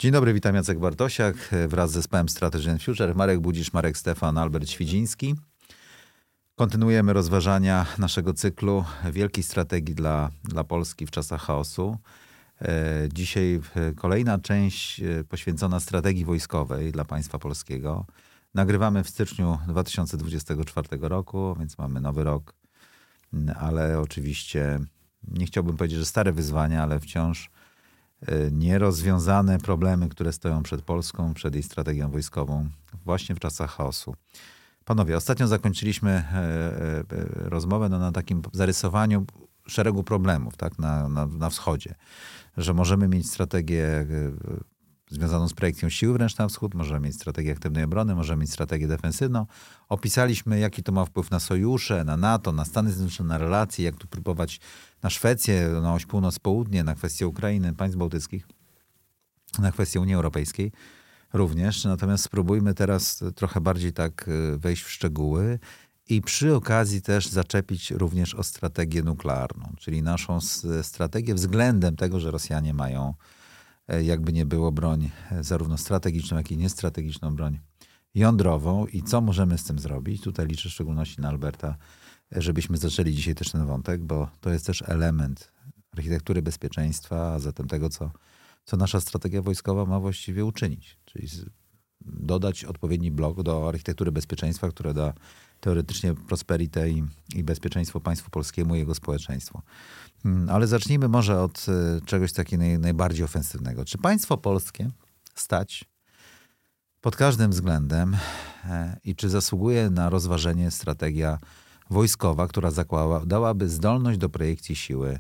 Dzień dobry, witam, Jacek Bartosiak wraz z zespołem Strategy and Future. Marek Budzisz, Marek Stefan, Albert Świdziński. Kontynuujemy rozważania naszego cyklu Wielkiej Strategii dla Polski w czasach chaosu. Dzisiaj kolejna część poświęcona strategii wojskowej dla państwa polskiego. Nagrywamy w styczniu 2024 roku, więc mamy nowy rok, ale oczywiście nie chciałbym powiedzieć, że stare wyzwania, ale wciąż nierozwiązane problemy, które stoją przed Polską, przed jej strategią wojskową właśnie w czasach chaosu. Panowie, ostatnio zakończyliśmy rozmowę na takim zarysowaniu szeregu problemów, tak, na wschodzie. Że możemy mieć strategię związaną z projekcją siły wręcz na wschód, możemy mieć strategię aktywnej obrony, możemy mieć strategię defensywną. Opisaliśmy, jaki to ma wpływ na sojusze, na NATO, na Stany Zjednoczone, na relacje, jak tu próbować na Szwecję, na oś północ-południe, na kwestię Ukrainy, państw bałtyckich, na kwestię Unii Europejskiej również. Natomiast spróbujmy teraz trochę bardziej tak wejść w szczegóły i przy okazji też zaczepić również o strategię nuklearną, czyli naszą strategię względem tego, że Rosjanie mają, jakby nie było, broń zarówno strategiczną, jak i niestrategiczną broń jądrową i co możemy z tym zrobić. Tutaj liczę w szczególności na Alberta, żebyśmy zaczęli dzisiaj też ten wątek, bo to jest też element architektury bezpieczeństwa, a zatem tego, co nasza strategia wojskowa ma właściwie uczynić. Czyli dodać odpowiedni blok do architektury bezpieczeństwa, które da teoretycznie prosperity i bezpieczeństwo państwu polskiemu i jego społeczeństwu. Ale zacznijmy może od czegoś takiego najbardziej ofensywnego. Czy państwo polskie stać pod każdym względem i czy zasługuje na rozważenie strategia wojskowa, która dałaby zdolność do projekcji siły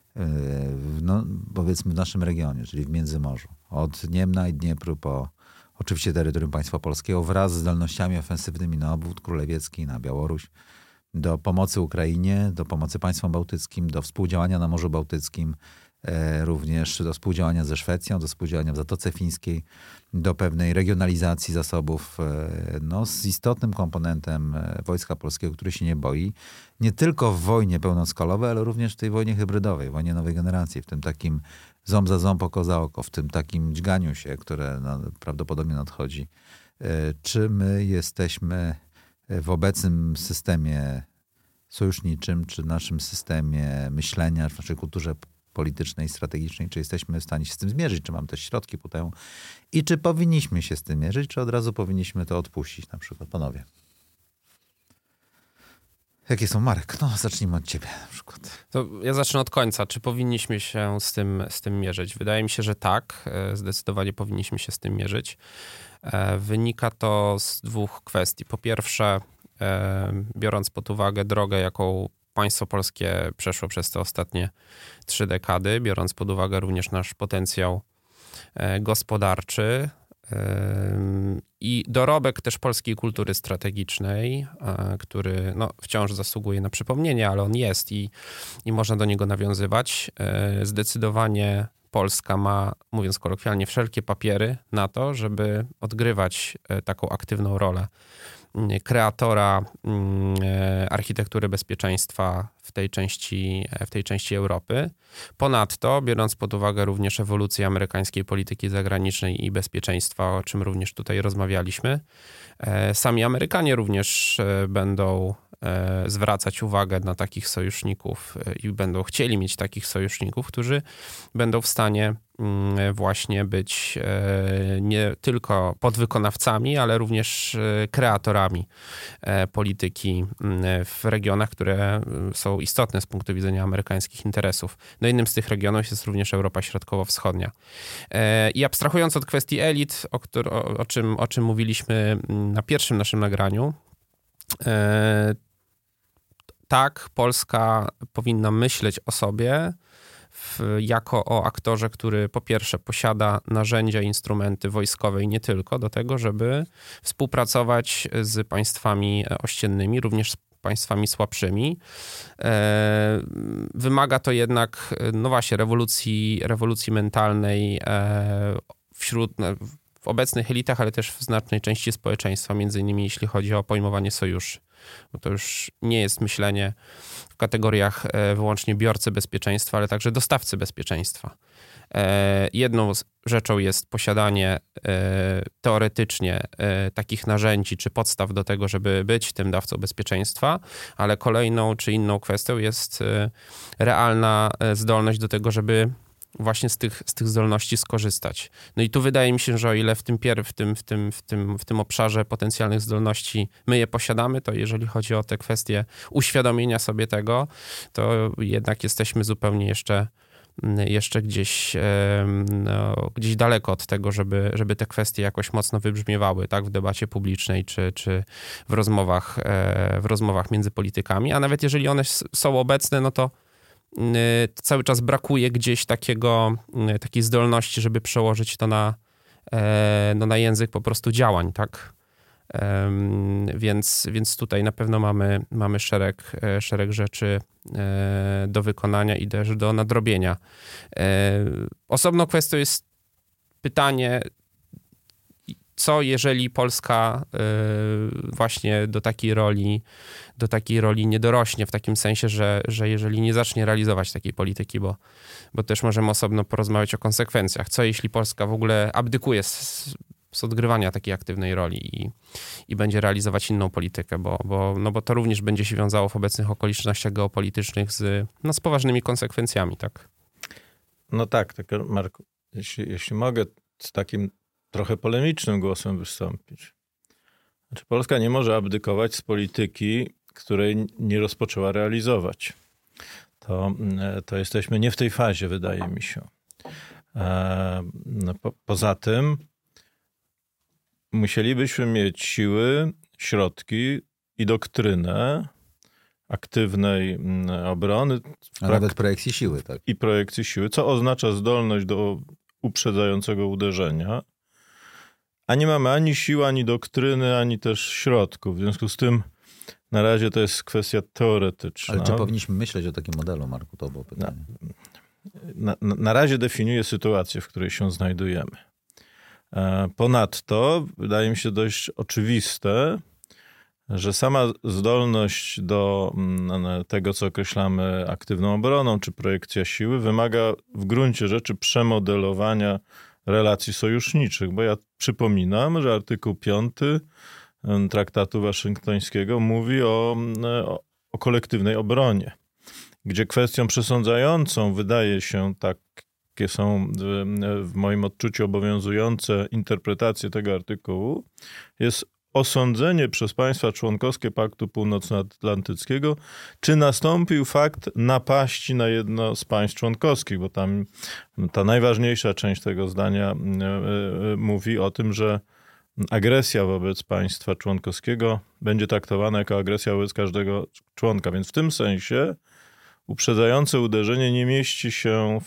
powiedzmy w naszym regionie, czyli w Międzymorzu. Od Niemna i Dniepru po oczywiście terytorium państwa polskiego wraz z zdolnościami ofensywnymi na obwód królewieckich, na Białoruś, do pomocy Ukrainie, do pomocy państwom bałtyckim, do współdziałania na Morzu Bałtyckim, również do współdziałania ze Szwecją, do współdziałania w Zatoce Fińskiej, do pewnej regionalizacji zasobów, z istotnym komponentem Wojska Polskiego, który się nie boi. Nie tylko w wojnie pełnoskalowej, ale również w tej wojnie hybrydowej, wojnie nowej generacji, w tym takim ząb za ząb, oko za oko, w tym takim dźganiu się, które prawdopodobnie nadchodzi. Czy my jesteśmy w obecnym systemie sojuszniczym, czy naszym systemie myślenia, w naszej kulturze politycznej, strategicznej, czy jesteśmy w stanie się z tym zmierzyć, czy mamy też środki po temu i czy powinniśmy się z tym mierzyć, czy od razu powinniśmy to odpuścić, na przykład, panowie. Jakie są, Marek? Zacznijmy od ciebie na przykład. To ja zacznę od końca. Czy powinniśmy się z tym mierzyć? Wydaje mi się, że tak. Zdecydowanie powinniśmy się z tym mierzyć. Wynika to z dwóch kwestii. Po pierwsze, biorąc pod uwagę drogę, jaką państwo polskie przeszło przez te ostatnie 3 dekady, biorąc pod uwagę również nasz potencjał gospodarczy i dorobek też polskiej kultury strategicznej, który wciąż zasługuje na przypomnienie, ale on jest i można do niego nawiązywać. Zdecydowanie Polska ma, mówiąc kolokwialnie, wszelkie papiery na to, żeby odgrywać taką aktywną rolę kreatora architektury bezpieczeństwa w tej części Europy. Ponadto, biorąc pod uwagę również ewolucję amerykańskiej polityki zagranicznej i bezpieczeństwa, o czym również tutaj rozmawialiśmy, sami Amerykanie również będą zwracać uwagę na takich sojuszników i będą chcieli mieć takich sojuszników, którzy będą w stanie właśnie być nie tylko podwykonawcami, ale również kreatorami polityki w regionach, które są istotne z punktu widzenia amerykańskich interesów. Jednym z tych regionów jest również Europa Środkowo-Wschodnia. I abstrahując od kwestii elit, o czym mówiliśmy na pierwszym naszym nagraniu, tak, Polska powinna myśleć o sobie jako o aktorze, który po pierwsze posiada narzędzia, instrumenty wojskowe i nie tylko do tego, żeby współpracować z państwami ościennymi, również z państwami słabszymi. Wymaga to jednak, rewolucji mentalnej w obecnych elitach, ale też w znacznej części społeczeństwa, między innymi jeśli chodzi o pojmowanie sojuszy. Bo to już nie jest myślenie w kategoriach wyłącznie biorcy bezpieczeństwa, ale także dostawcy bezpieczeństwa. Jedną rzeczą jest posiadanie teoretycznie takich narzędzi czy podstaw do tego, żeby być tym dawcą bezpieczeństwa, ale kolejną czy inną kwestią jest realna zdolność do tego, żeby właśnie z tych zdolności skorzystać. No i tu wydaje mi się, że o ile w tym obszarze potencjalnych zdolności my je posiadamy, to jeżeli chodzi o te kwestie uświadomienia sobie tego, to jednak jesteśmy zupełnie jeszcze gdzieś daleko od tego, żeby te kwestie jakoś mocno wybrzmiewały, tak, w debacie publicznej czy w rozmowach między politykami, a nawet jeżeli one są obecne, no to cały czas brakuje gdzieś takiej zdolności, żeby przełożyć to na język po prostu działań, tak? Więc tutaj na pewno mamy szereg rzeczy do wykonania i też do nadrobienia. Osobną kwestią jest pytanie, co jeżeli Polska właśnie do takiej roli nie dorośnie, w takim sensie, że jeżeli nie zacznie realizować takiej polityki, bo też możemy osobno porozmawiać o konsekwencjach. Co jeśli Polska w ogóle abdykuje z odgrywania takiej aktywnej roli i będzie realizować inną politykę, bo to również będzie się wiązało w obecnych okolicznościach geopolitycznych z poważnymi konsekwencjami, tak? No tak, Marku, jeśli mogę z takim trochę polemicznym głosem wystąpić. Znaczy, Polska nie może abdykować z polityki, której nie rozpoczęła realizować. To jesteśmy nie w tej fazie, wydaje mi się. Poza tym musielibyśmy mieć siły, środki i doktrynę aktywnej obrony. A nawet projekcji siły, tak? I projekcji siły, co oznacza zdolność do uprzedzającego uderzenia. A nie mamy ani siły, ani doktryny, ani też środków. W związku z tym na razie to jest kwestia teoretyczna. Ale czy powinniśmy myśleć o takim modelu, Marku? To było pytanie. Na razie definiuję sytuację, w której się znajdujemy. Ponadto wydaje mi się dość oczywiste, że sama zdolność do tego, co określamy aktywną obroną, czy projekcja siły, wymaga w gruncie rzeczy przemodelowania relacji sojuszniczych, bo ja przypominam, że artykuł 5 Traktatu Waszyngtońskiego mówi o kolektywnej obronie, gdzie kwestią przesądzającą wydaje się, takie są w moim odczuciu obowiązujące interpretacje tego artykułu, jest osądzenie przez państwa członkowskie Paktu Północnoatlantyckiego, czy nastąpił fakt napaści na jedno z państw członkowskich, bo tam ta najważniejsza część tego zdania mówi o tym, że agresja wobec państwa członkowskiego będzie traktowana jako agresja wobec każdego członka. Więc w tym sensie uprzedzające uderzenie nie mieści się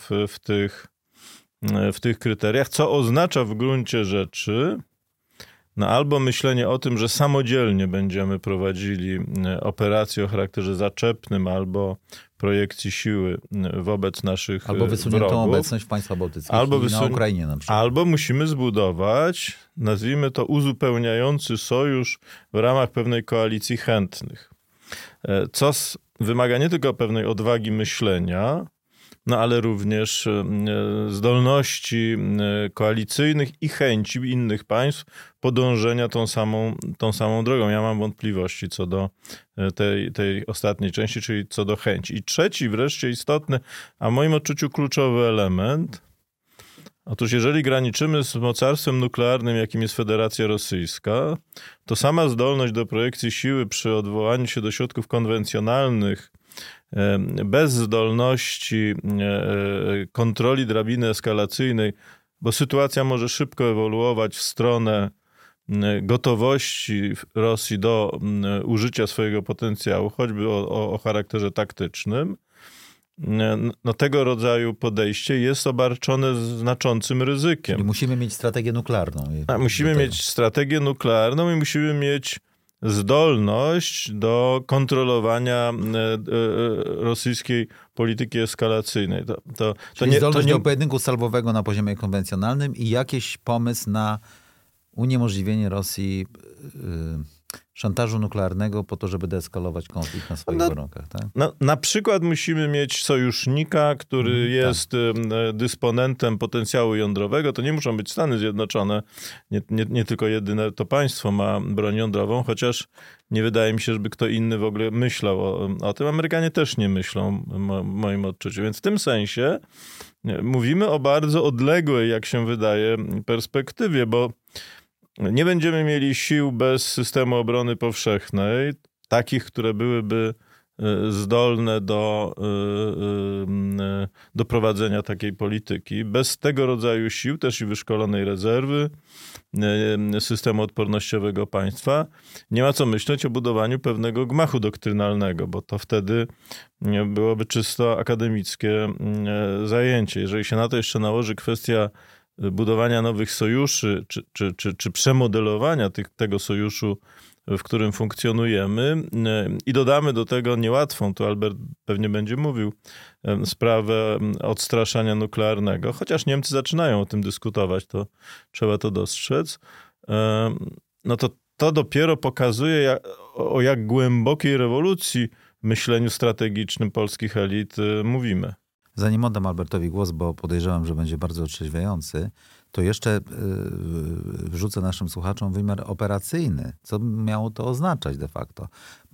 w tych kryteriach, co oznacza w gruncie rzeczy albo myślenie o tym, że samodzielnie będziemy prowadzili operacje o charakterze zaczepnym albo projekcji siły wobec naszych albo wysuniętą wrogów, obecność w państwach bałtyckich i na Ukrainie na przykład. Albo musimy zbudować, nazwijmy to, uzupełniający sojusz w ramach pewnej koalicji chętnych. Co wymaga nie tylko pewnej odwagi myślenia, ale również zdolności koalicyjnych i chęci innych państw podążenia tą samą drogą. Ja mam wątpliwości co do tej ostatniej części, czyli co do chęci. I trzeci wreszcie istotny, a w moim odczuciu kluczowy element. Otóż jeżeli graniczymy z mocarstwem nuklearnym, jakim jest Federacja Rosyjska, to sama zdolność do projekcji siły przy odwołaniu się do środków konwencjonalnych bez zdolności kontroli drabiny eskalacyjnej, bo sytuacja może szybko ewoluować w stronę gotowości Rosji do użycia swojego potencjału, choćby o charakterze taktycznym, tego rodzaju podejście jest obarczone znaczącym ryzykiem. Czyli musimy mieć strategię nuklearną. Musimy mieć strategię nuklearną i musimy mieć zdolność do kontrolowania rosyjskiej polityki eskalacyjnej. Czyli zdolność do pojedynku salwowego na poziomie konwencjonalnym i jakiś pomysł na uniemożliwienie Rosji szantażu nuklearnego po to, żeby deeskalować konflikt na swoich warunkach. Tak? Na przykład musimy mieć sojusznika, który jest dysponentem potencjału jądrowego. To nie muszą być Stany Zjednoczone. Nie tylko jedyne to państwo ma broń jądrową, chociaż nie wydaje mi się, żeby kto inny w ogóle myślał o tym. Amerykanie też nie myślą, w moim odczuciu. Więc w tym sensie mówimy o bardzo odległej, jak się wydaje, perspektywie, bo nie będziemy mieli sił bez systemu obrony powszechnej, takich, które byłyby zdolne do prowadzenia takiej polityki. Bez tego rodzaju sił, też i wyszkolonej rezerwy, systemu odpornościowego państwa, nie ma co myśleć o budowaniu pewnego gmachu doktrynalnego, bo to wtedy byłoby czysto akademickie zajęcie. Jeżeli się na to jeszcze nałoży kwestia budowania nowych sojuszy, czy przemodelowania tego sojuszu, w którym funkcjonujemy, i dodamy do tego niełatwą, to Albert pewnie będzie mówił, sprawę odstraszania nuklearnego, chociaż Niemcy zaczynają o tym dyskutować, to trzeba to dostrzec, no to dopiero pokazuje, o jak głębokiej rewolucji w myśleniu strategicznym polskich elit mówimy. Zanim oddam Albertowi głos, bo podejrzewam, że będzie bardzo otrzeźwiający, to jeszcze wrzucę naszym słuchaczom wymiar operacyjny. Co miało to oznaczać de facto?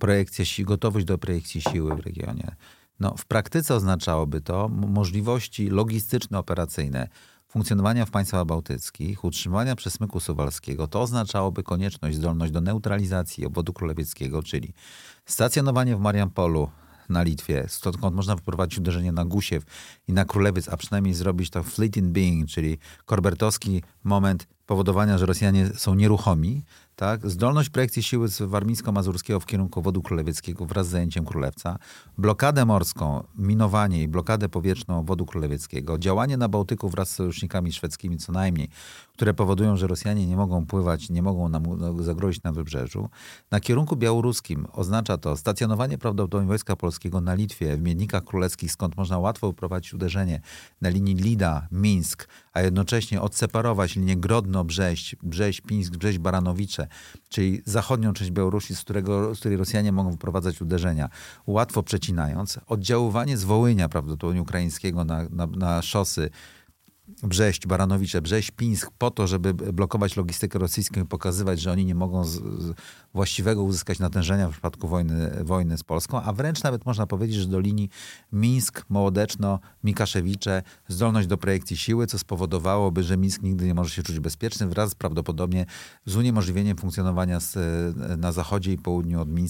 Gotowość do projekcji siły w regionie. No, w praktyce oznaczałoby to możliwości logistyczne, operacyjne funkcjonowania w państwach bałtyckich, utrzymywania przesmyku suwalskiego. To oznaczałoby konieczność, zdolność do neutralizacji obwodu królewieckiego, czyli stacjonowanie w Mariampolu na Litwie, skąd można wyprowadzić uderzenie na Gusiew i na Królewiec, a przynajmniej zrobić to fleet in being, czyli korbertowski moment powodowania, że Rosjanie są nieruchomi, tak? Zdolność projekcji siły z warmińsko-mazurskiego w kierunku obwodu królewieckiego wraz z zajęciem Królewca, blokadę morską, minowanie i blokadę powietrzną obwodu królewieckiego, działanie na Bałtyku wraz z sojusznikami szwedzkimi co najmniej, które powodują, że Rosjanie nie mogą pływać, nie mogą nam zagrozić na wybrzeżu. Na kierunku białoruskim oznacza to stacjonowanie prawdopodobnie Wojska Polskiego na Litwie, w Miednikach Królewskich, skąd można łatwo wyprowadzić uderzenie na linii Lida-Mińsk, a jednocześnie odseparować linię Grodno-Brześć, Brześć-Pińsk, Brześć-Baranowicze, czyli zachodnią część Białorusi, z której Rosjanie mogą wyprowadzać uderzenia, łatwo przecinając. Oddziaływanie z Wołynia, prawdopodobnie ukraińskiego, na szosy Brześć, Baranowicze, Brześć, Pińsk, po to, żeby blokować logistykę rosyjską i pokazywać, że oni nie mogą właściwego uzyskać natężenia w przypadku wojny z Polską, a wręcz nawet można powiedzieć, że do linii Mińsk, Mołodeczno, Mikaszewicze, zdolność do projekcji siły, co spowodowałoby, że Mińsk nigdy nie może się czuć bezpieczny, wraz prawdopodobnie z uniemożliwieniem funkcjonowania na zachodzie i południu od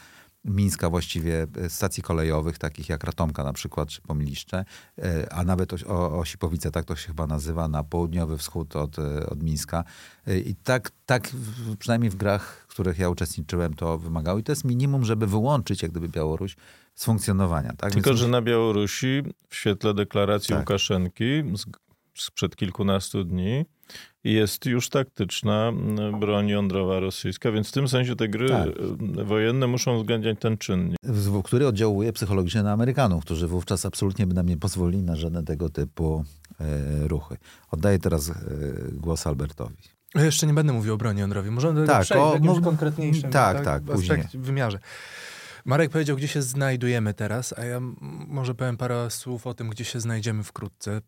Mińska właściwie stacji kolejowych, takich jak Ratomka na przykład, czy Pomiliszcze, a nawet Osipowice, tak to się chyba nazywa, na południowy wschód od Mińska. I tak przynajmniej w grach, w których ja uczestniczyłem, to wymagało. I to jest minimum, żeby wyłączyć jak gdyby Białoruś z funkcjonowania. Tak? Tylko, że na Białorusi w świetle deklaracji Łukaszenki sprzed kilkunastu dni jest już taktyczna broń jądrowa rosyjska, więc w tym sensie te gry wojenne muszą uwzględniać ten czynnik. Który oddziałuje psychologicznie na Amerykanów, którzy wówczas absolutnie by nam nie pozwolili na żadne tego typu ruchy. Oddaję teraz głos Albertowi. Ja jeszcze nie będę mówił o broni jądrowej. Możemy do tego przejść w jakimś konkretniejszym później. Wymiarze. Marek powiedział, gdzie się znajdujemy teraz, a ja może powiem parę słów o tym, gdzie się znajdziemy wkrótce,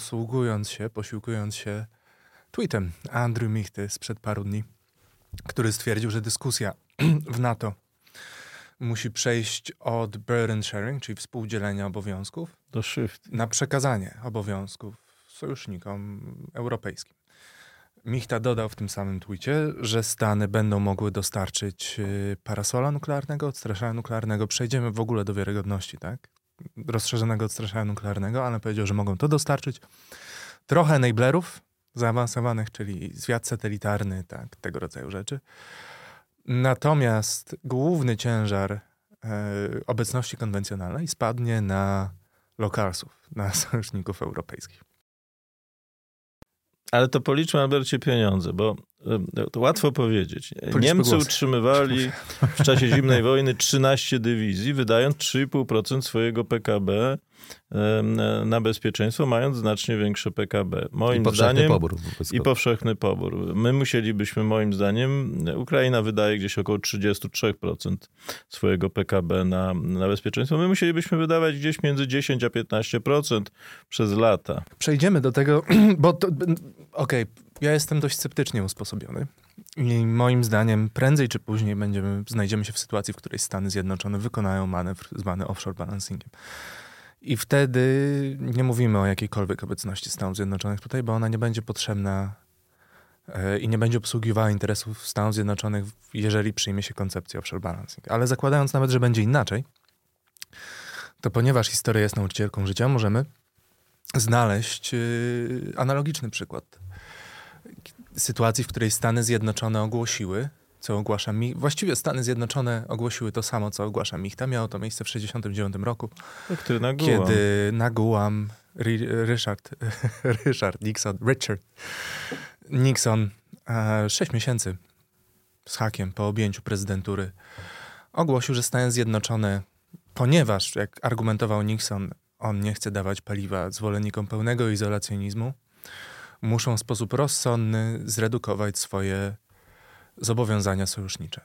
posiłkując się tweetem Andrew Michty sprzed paru dni, który stwierdził, że dyskusja w NATO musi przejść od burden sharing, czyli współdzielenia obowiązków, do shift, na przekazanie obowiązków sojusznikom europejskim. Michta dodał w tym samym tweetie, że Stany będą mogły dostarczyć parasola nuklearnego, odstraszania nuklearnego. Przejdziemy w ogóle do wiarygodności, tak? Rozszerzonego odstraszania nuklearnego, ale powiedział, że mogą to dostarczyć. Trochę enablerów zaawansowanych, czyli zwiat satelitarny, tak, tego rodzaju rzeczy. Natomiast główny ciężar obecności konwencjonalnej spadnie na lokalsów, na sojuszników europejskich. Ale to policzmy, Albercie, pieniądze, bo to łatwo powiedzieć. Policzmy Niemcy głosy. utrzymywali w czasie zimnej wojny 13 dywizji, wydając 3,5% swojego PKB na bezpieczeństwo, mając znacznie większe PKB. Moim I powszechny zdaniem, pobór. I powszechny pobór. My musielibyśmy, moim zdaniem, Ukraina wydaje gdzieś około 33% swojego PKB na bezpieczeństwo. My musielibyśmy wydawać gdzieś między 10 a 15% przez lata. Przejdziemy do tego, bo okej, ja jestem dość sceptycznie usposobiony i moim zdaniem prędzej czy później znajdziemy się w sytuacji, w której Stany Zjednoczone wykonają manewr zwany offshore balancingiem. I wtedy nie mówimy o jakiejkolwiek obecności Stanów Zjednoczonych tutaj, bo ona nie będzie potrzebna i nie będzie obsługiwała interesów Stanów Zjednoczonych, jeżeli przyjmie się koncepcję offshore balancing. Ale zakładając nawet, że będzie inaczej, to ponieważ historia jest nauczycielką życia, możemy znaleźć analogiczny przykład sytuacji, w której Stany Zjednoczone ogłosiły, co ogłasza właściwie Stany Zjednoczone ogłosiły to samo, co ogłasza Michta. Miało to miejsce w 1969 roku, kiedy na Guam Richard Nixon 6 miesięcy z hakiem po objęciu prezydentury ogłosił, że Stany Zjednoczone, ponieważ, jak argumentował Nixon, on nie chce dawać paliwa zwolennikom pełnego izolacjonizmu, muszą w sposób rozsądny zredukować swoje zobowiązania sojusznicze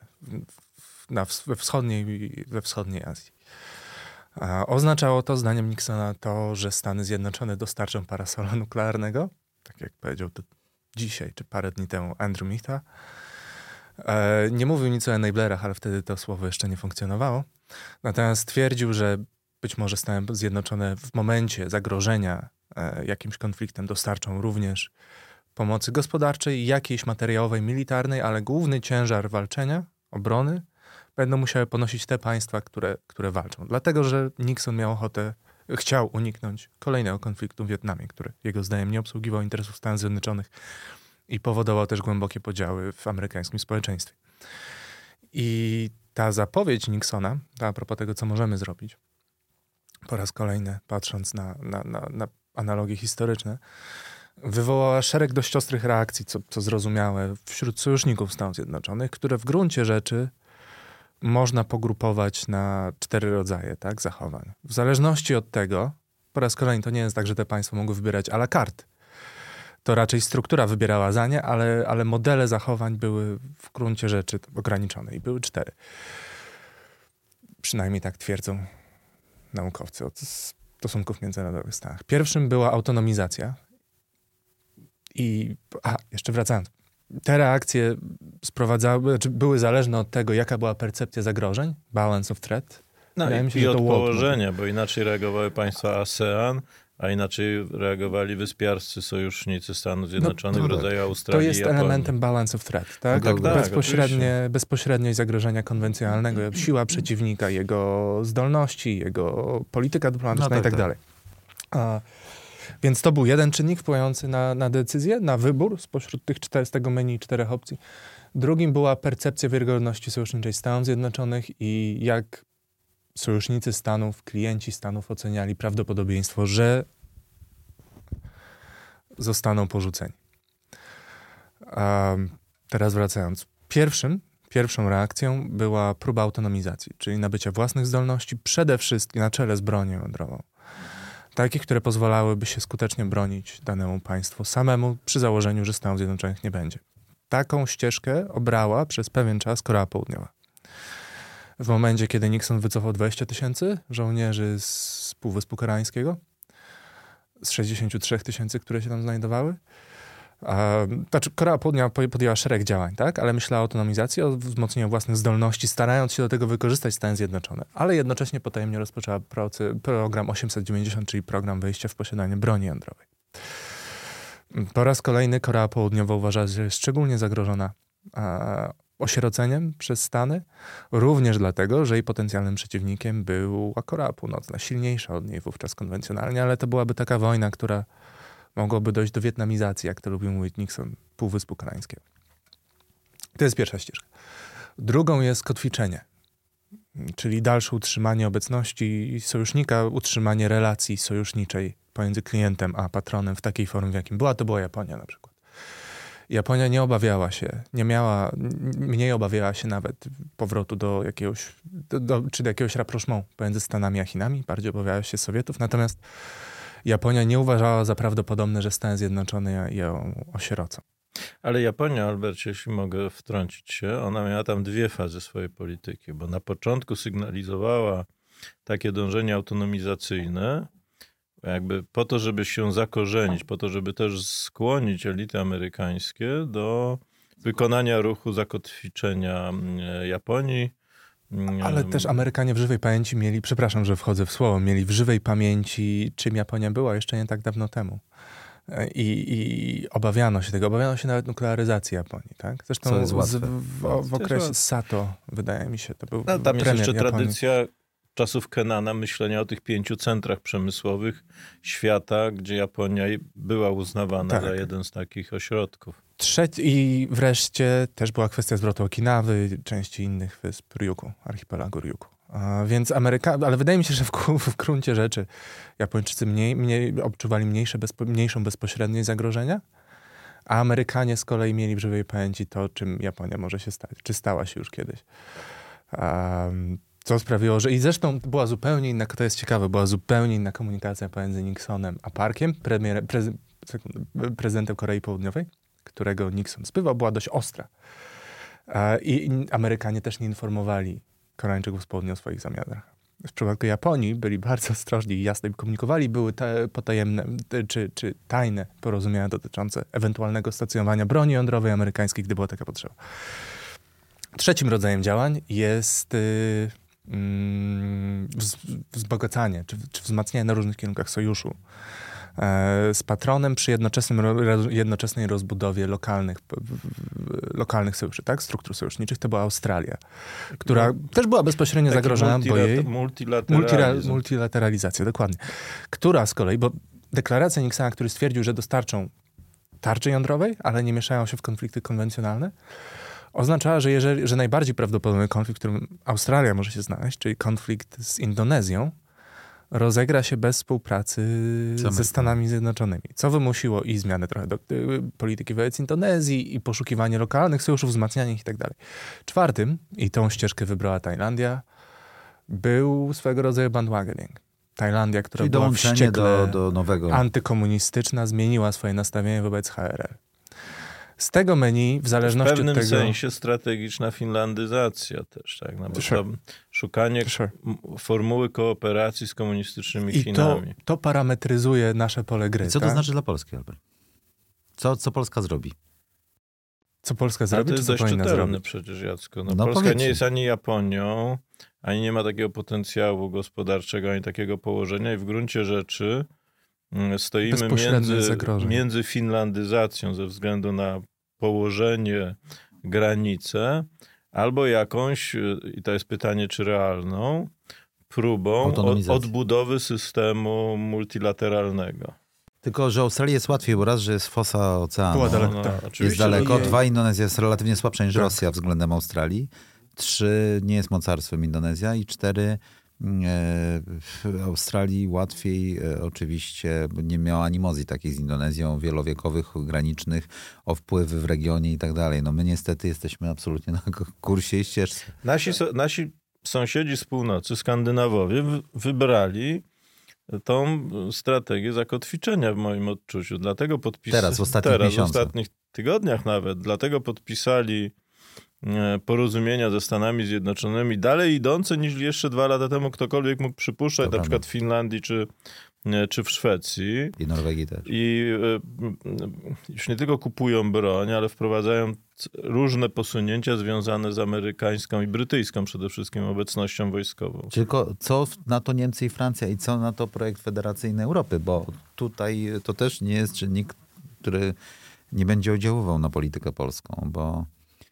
we wschodniej Azji. Oznaczało to, zdaniem Nixona, to, że Stany Zjednoczone dostarczą parasola nuklearnego, tak jak powiedział to dzisiaj, czy parę dni temu Andrew Michta. Nie mówił nic o enablerach, ale wtedy to słowo jeszcze nie funkcjonowało. Natomiast stwierdził, że być może Stany Zjednoczone w momencie zagrożenia jakimś konfliktem dostarczą również pomocy gospodarczej, jakiejś materiałowej, militarnej, ale główny ciężar walczenia, obrony będą musiały ponosić te państwa, które walczą. Dlatego, że Nixon chciał uniknąć kolejnego konfliktu w Wietnamie, który jego zdaniem nie obsługiwał interesów Stanów Zjednoczonych i powodował też głębokie podziały w amerykańskim społeczeństwie. I ta zapowiedź Nixona, a propos tego, co możemy zrobić, po raz kolejny patrząc na analogie historyczne, wywołała szereg dość ostrych reakcji, co zrozumiałe, wśród sojuszników Stanów Zjednoczonych, które w gruncie rzeczy można pogrupować na 4 rodzaje zachowań. W zależności od tego, po raz kolejny to nie jest tak, że te państwa mogły wybierać à la carte. To raczej struktura wybierała za nie, ale modele zachowań były w gruncie rzeczy ograniczone i były 4. Przynajmniej tak twierdzą naukowcy od stosunków międzynarodowych w Stanach. Pierwszym była autonomizacja. Jeszcze wracając. Te reakcje były zależne od tego, jaka była percepcja zagrożeń, balance of threat. I od położenia, bo inaczej reagowały państwa ASEAN, a inaczej reagowali wyspiarscy sojusznicy Stanów Zjednoczonych w rodzaju Australii i Japonii. To jest elementem balance of threat, tak? Bezpośredniej zagrożenia konwencjonalnego, siła przeciwnika, jego zdolności, jego polityka dyplomatyczna i tak dalej. Więc to był jeden czynnik wpływający na decyzję, na wybór spośród z tego menu 4 opcji. Drugim była percepcja wiarygodności sojuszniczej Stanów Zjednoczonych i jak sojusznicy Stanów, klienci Stanów oceniali prawdopodobieństwo, że zostaną porzuceni. Teraz wracając. Pierwszą reakcją była próba autonomizacji, czyli nabycia własnych zdolności, przede wszystkim na czele z bronią jądrową. Takich, które pozwalałyby się skutecznie bronić danemu państwu samemu przy założeniu, że Stanów Zjednoczonych nie będzie. Taką ścieżkę obrała przez pewien czas Korea Południowa. W momencie, kiedy Nixon wycofał 20 000 żołnierzy z Półwyspu Koreańskiego, z 63 000, które się tam znajdowały, Korea Południowa podjęła szereg działań, tak? Ale myślała o autonomizacji, o wzmocnieniu własnych zdolności, starając się do tego wykorzystać Stany Zjednoczone. Ale jednocześnie potajemnie rozpoczęła program 890, czyli program wejścia w posiadanie broni jądrowej. Po raz kolejny Korea Południowa uważa, że jest szczególnie zagrożona osieroceniem przez Stany, również dlatego, że jej potencjalnym przeciwnikiem była Korea Północna, silniejsza od niej wówczas konwencjonalnie, ale to byłaby taka wojna, która mogłoby dojść do wietnamizacji, jak to lubił mówić Nixon, Półwyspu Koreańskiego. To jest pierwsza ścieżka. Drugą jest kotwiczenie, czyli dalsze utrzymanie obecności sojusznika, utrzymanie relacji sojuszniczej pomiędzy klientem a patronem w takiej formie, w jakim była. To była Japonia na przykład. Japonia nie obawiała się, mniej obawiała się nawet powrotu do jakiegoś, czy do jakiegoś rapprochement pomiędzy Stanami a Chinami, bardziej obawiała się Sowietów, natomiast Japonia nie uważała za prawdopodobne, że Stany Zjednoczone ją osierocą. Ale Japonia, Albert, jeśli mogę wtrącić się, ona miała tam dwie fazy swojej polityki, bo na początku sygnalizowała takie dążenie autonomizacyjne, jakby po to, żeby się zakorzenić, po to, żeby też skłonić elity amerykańskie do wykonania ruchu zakotwiczenia Japonii. Ale też Amerykanie w żywej pamięci mieli, przepraszam, że wchodzę w słowo, mieli w żywej pamięci, czym Japonia była jeszcze nie tak dawno temu. I obawiano się tego. Obawiano się nawet nuklearyzacji Japonii, tak? Zresztą Co jest łatwe. w okresie Sato, wydaje mi się, to był tam jest jeszcze Japonii. tradycja czasów Kenana myślenia o tych 5 centrach przemysłowych świata, gdzie Japonia była uznawana za jeden z takich ośrodków. I wreszcie też była kwestia zwrotu Okinawy, części innych wysp Ryukyu, archipelagu Ryukyu. Więc ale wydaje mi się, że w gruncie rzeczy Japończycy mniej odczuwali mniejszą bezpośredniość zagrożenia, a Amerykanie z kolei mieli w żywej pamięci to, czym Japonia może się stać, czy stała się już kiedyś. Co sprawiło, że i zresztą była zupełnie inna, to jest ciekawe, była zupełnie inna komunikacja pomiędzy Nixonem a Parkiem, prezydentem Korei Południowej, którego Nixon zbywał, była dość ostra. I Amerykanie też nie informowali Koreańczyków z południa o swoich zamiarach. W przypadku Japonii byli bardzo ostrożni i jasno im komunikowali. Były potajemne czy tajne porozumienia dotyczące ewentualnego stacjonowania broni jądrowej amerykańskiej, gdy była taka potrzeba. Trzecim rodzajem działań jest wzbogacanie czy wzmacnianie na różnych kierunkach sojuszu z patronem przy jednoczesnej rozbudowie lokalnych sojuszy, tak? Struktur sojuszniczych. To była Australia, która też była bezpośrednio zagrożona, bo jej multilateralizacja, dokładnie. Która z kolei, bo deklaracja Nixona, który stwierdził, że dostarczą tarczy jądrowej, ale nie mieszają się w konflikty konwencjonalne, oznaczała, że najbardziej prawdopodobny konflikt, w którym Australia może się znaleźć, czyli konflikt z Indonezją, rozegra się bez współpracy ze Stanami Zjednoczonymi. Co wymusiło i zmianę trochę polityki wobec Indonezji, i poszukiwanie lokalnych sojuszów, wzmacnianie ich i tak dalej. Czwartym, i tą ścieżkę wybrała Tajlandia, był swego rodzaju bandwagoning. Tajlandia, która była wściekle do nowego antykomunistyczna, zmieniła swoje nastawienie wobec HRL. Z tego menu, w zależności od tego... W pewnym sensie strategiczna finlandyzacja też, tak? No bo szukanie formuły kooperacji z komunistycznymi Chinami. I to parametryzuje nasze pole gry. Co to znaczy dla Polski, Albert? Co Polska zrobi? Co Polska zrobi, to jest czy co powinna zrobić? Przecież, Jacku. Polska nie jest ani Japonią, ani nie ma takiego potencjału gospodarczego, ani takiego położenia i w gruncie rzeczy stoimy między finlandyzacją ze względu na położenie, granice, albo jakąś, i to jest pytanie, czy realną, próbą odbudowy systemu multilateralnego. Tylko, że Australii jest łatwiej, bo raz, że jest fosa oceanu, jest daleko. Dwa, Indonezja jest relatywnie słabsza niż Rosja względem Australii. 3, nie jest mocarstwem Indonezja. I 4, w Australii łatwiej oczywiście, nie miała animozji takich z Indonezją, wielowiekowych, granicznych, o wpływy w regionie i tak dalej. No my niestety jesteśmy absolutnie na kursie i ścieżce. Nasi sąsiedzi z północy, Skandynawowie, wybrali tą strategię zakotwiczenia w moim odczuciu. Dlatego teraz, w ostatnich tygodniach nawet, dlatego podpisali porozumienia ze Stanami Zjednoczonymi dalej idące niż jeszcze 2 lata temu ktokolwiek mógł przypuszczać, na przykład w Finlandii czy w Szwecji. I Norwegii też. I już nie tylko kupują broń, ale wprowadzają różne posunięcia związane z amerykańską i brytyjską przede wszystkim obecnością wojskową. Tylko co na to Niemcy i Francja i co na to projekt federacyjny Europy, bo tutaj to też nie jest czynnik, który nie będzie oddziaływał na politykę polską, bo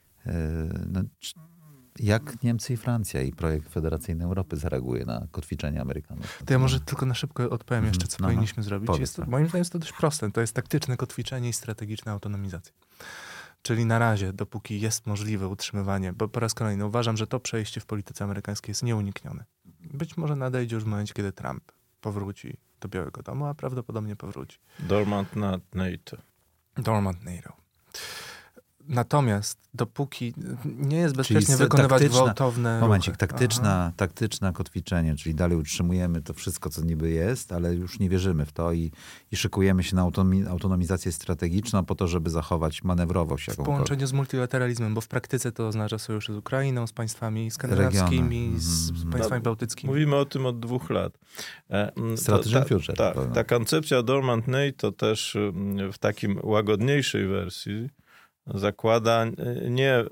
jak Niemcy i Francja i projekt federacyjny Europy zareaguje na kotwiczenie Amerykanów? To ja może tylko na szybko odpowiem jeszcze, co powinniśmy zrobić. Moim zdaniem jest to dość proste. To jest taktyczne kotwiczenie i strategiczna autonomizacja. Czyli na razie, dopóki jest możliwe utrzymywanie, bo po raz kolejny uważam, że to przejście w polityce amerykańskiej jest nieuniknione. Być może nadejdzie już w momencie, kiedy Trump powróci do Białego Domu, a prawdopodobnie powróci. Dormant NATO. Dormant NATO. Natomiast dopóki nie jest bezpiecznie wykonywać gwałtowne momencik, ruchy. taktyczne kotwiczenie, czyli dalej utrzymujemy to wszystko, co niby jest, ale już nie wierzymy w to i szykujemy się na autonomizację strategiczną po to, żeby zachować manewrowość W jakąkolwiek. połączeniu z multilateralizmem, bo w praktyce to oznacza sojusze z Ukrainą, z państwami skandynawskimi, z państwami bałtyckimi. Mówimy o tym od 2 lat. Strategic Future. Ta koncepcja Dormant NATO też w takim łagodniejszej wersji zakłada nie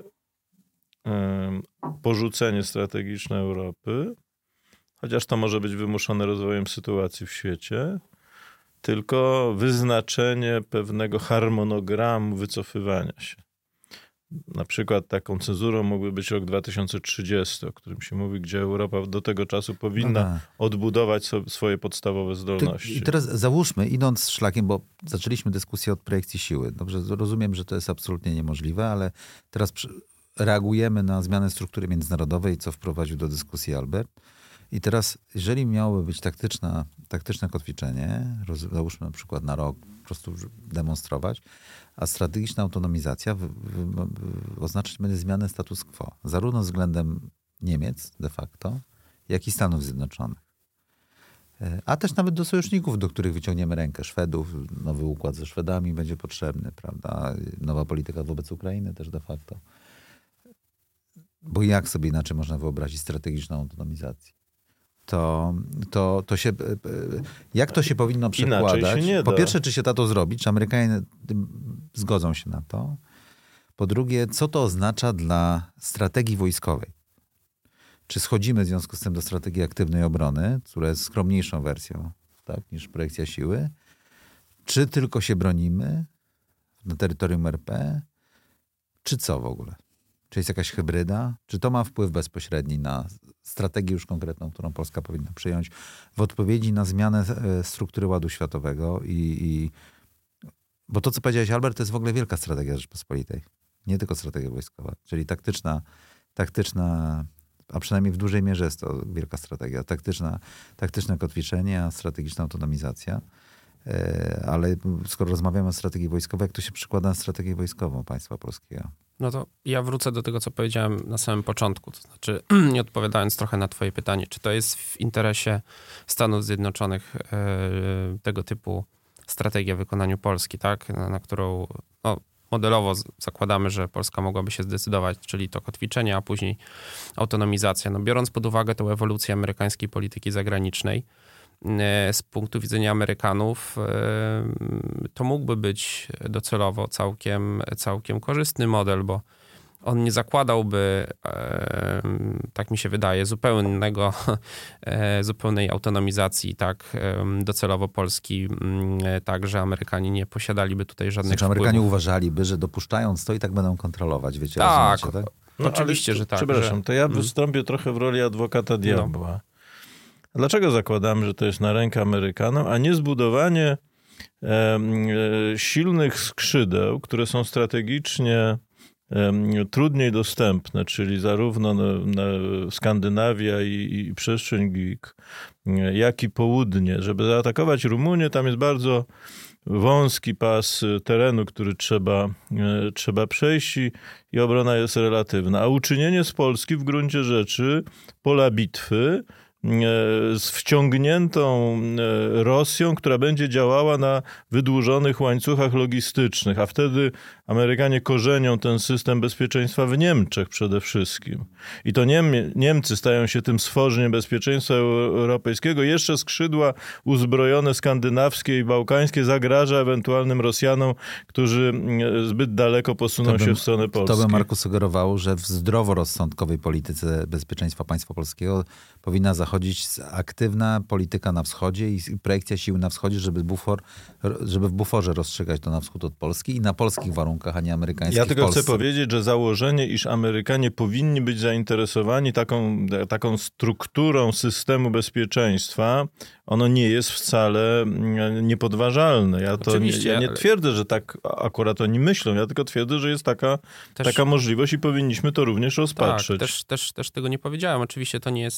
porzucenie strategiczne Europy, chociaż to może być wymuszone rozwojem sytuacji w świecie, tylko wyznaczenie pewnego harmonogramu wycofywania się. Na przykład taką cezurą mógłby być rok 2030, o którym się mówi, gdzie Europa do tego czasu powinna odbudować swoje podstawowe zdolności. I teraz załóżmy, idąc szlakiem, bo zaczęliśmy dyskusję od projekcji siły. Dobrze, rozumiem, że to jest absolutnie niemożliwe, ale teraz reagujemy na zmianę struktury międzynarodowej, co wprowadził do dyskusji Albert. I teraz, jeżeli miałoby być taktyczne kotwiczenie, załóżmy na przykład na rok, po prostu demonstrować, a strategiczna autonomizacja oznaczać będzie zmianę status quo, zarówno względem Niemiec de facto, jak i Stanów Zjednoczonych. A też nawet do sojuszników, do których wyciągniemy rękę. Szwedów, nowy układ ze Szwedami będzie potrzebny, prawda? Nowa polityka wobec Ukrainy też de facto. Bo jak sobie inaczej można wyobrazić strategiczną autonomizację? To się, jak to się powinno przekładać? Się Po pierwsze, czy się da to zrobić? Czy Amerykanie zgodzą się na to? Po drugie, co to oznacza dla strategii wojskowej? Czy schodzimy w związku z tym do strategii aktywnej obrony, która jest skromniejszą wersją, tak, niż projekcja siły? Czy tylko się bronimy na terytorium RP? Czy co w ogóle? Czy jest jakaś hybryda? Czy to ma wpływ bezpośredni na strategię już konkretną, którą Polska powinna przyjąć w odpowiedzi na zmianę struktury ładu światowego? Bo to, co powiedziałeś, Albert, to jest w ogóle wielka strategia Rzeczypospolitej. Nie tylko strategia wojskowa, czyli taktyczna, a przynajmniej w dużej mierze jest to wielka strategia. Taktyczne kotwiczenie, a strategiczna autonomizacja. Ale skoro rozmawiamy o strategii wojskowej, jak to się przykłada na strategię wojskową państwa polskiego? No to ja wrócę do tego, co powiedziałem na samym początku. To znaczy, nie odpowiadając trochę na twoje pytanie, czy to jest w interesie Stanów Zjednoczonych tego typu strategia w wykonaniu Polski, tak? Na którą modelowo zakładamy, że Polska mogłaby się zdecydować, czyli to kotwiczenie, a później autonomizacja. No, biorąc pod uwagę tę ewolucję amerykańskiej polityki zagranicznej, z punktu widzenia Amerykanów to mógłby być docelowo całkiem korzystny model, bo on nie zakładałby, tak mi się wydaje, zupełnej autonomizacji, tak, docelowo Polski, tak, że Amerykanie nie posiadaliby tutaj żadnych wpływów. Amerykanie uważaliby, że dopuszczając to i tak będą kontrolować, wiecie? Tak, tak? No, oczywiście, że tak. Przepraszam, to ja wystąpię trochę w roli adwokata diabła. Dlaczego zakładamy, że to jest na rękę Amerykanom, a nie zbudowanie silnych skrzydeł, które są strategicznie trudniej dostępne, czyli zarówno Skandynawia i przestrzeń GIG, jak i południe. Żeby zaatakować Rumunię, tam jest bardzo wąski pas terenu, który trzeba przejść i obrona jest relatywna. A uczynienie z Polski w gruncie rzeczy pola bitwy z wciągniętą Rosją, która będzie działała na wydłużonych łańcuchach logistycznych, a wtedy Amerykanie korzenią ten system bezpieczeństwa w Niemczech przede wszystkim. I to Niemcy stają się tym stworzeniem bezpieczeństwa europejskiego. Jeszcze skrzydła uzbrojone skandynawskie i bałkańskie zagraża ewentualnym Rosjanom, którzy zbyt daleko posuną się w stronę Polski. To by, Marku, sugerowało, że w zdroworozsądkowej polityce bezpieczeństwa państwa polskiego powinna zachodzić aktywna polityka na wschodzie i projekcja sił na wschodzie, żeby w buforze rozstrzygać to na wschód od Polski i na polskich warunkach, a nie amerykańskich. Ja tylko chcę powiedzieć, że założenie, iż Amerykanie powinni być zainteresowani taką strukturą systemu bezpieczeństwa, ono nie jest wcale niepodważalne. Ja nie twierdzę, że tak akurat oni myślą, ja tylko twierdzę, że jest taka możliwość i powinniśmy to również rozpatrzyć. Tak, też tego nie powiedziałem. Oczywiście to nie jest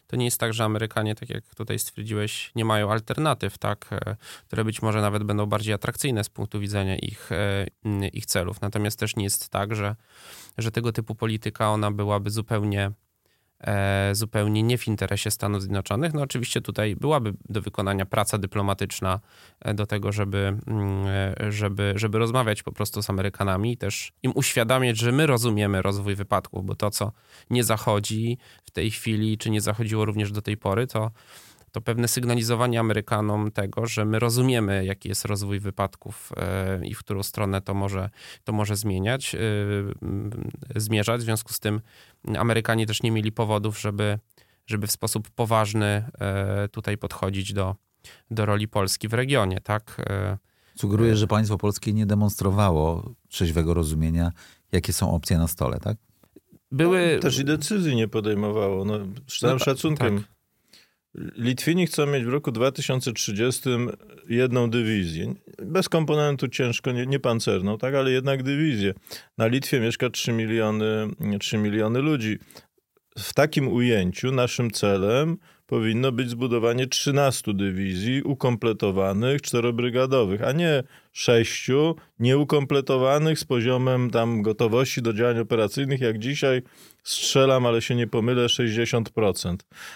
to nie jest tak, że Amerykanie, tak jak tutaj stwierdziłeś, nie mają alternatyw, tak, które być może nawet będą bardziej atrakcyjne z punktu widzenia ich celów. Natomiast też nie jest tak, że tego typu polityka, ona byłaby zupełnie nie w interesie Stanów Zjednoczonych. No oczywiście tutaj byłaby do wykonania praca dyplomatyczna do tego, żeby rozmawiać po prostu z Amerykanami i też im uświadamiać, że my rozumiemy rozwój wypadków, bo to, co nie zachodzi w tej chwili, czy nie zachodziło również do tej pory, to pewne sygnalizowanie Amerykanom tego, że my rozumiemy, jaki jest rozwój wypadków i w którą stronę to może zmierzać. W związku z tym Amerykanie też nie mieli powodów, żeby w sposób poważny tutaj podchodzić do roli Polski w regionie, tak? Sugeruje, że państwo polskie nie demonstrowało trzeźwego rozumienia, jakie są opcje na stole, tak? Też i decyzji nie podejmowało. No, z całym szacunkiem. Tak. Litwini chcą mieć w roku 2030 jedną dywizję. Bez komponentu ciężko, nie pancerną, tak, ale jednak dywizję. Na Litwie mieszka 3 miliony ludzi. W takim ujęciu naszym celem powinno być zbudowanie 13 dywizji ukompletowanych, 4-brygadowych, a nie 6 nieukompletowanych z poziomem tam gotowości do działań operacyjnych, jak dzisiaj strzelam, ale się nie pomylę, 60%.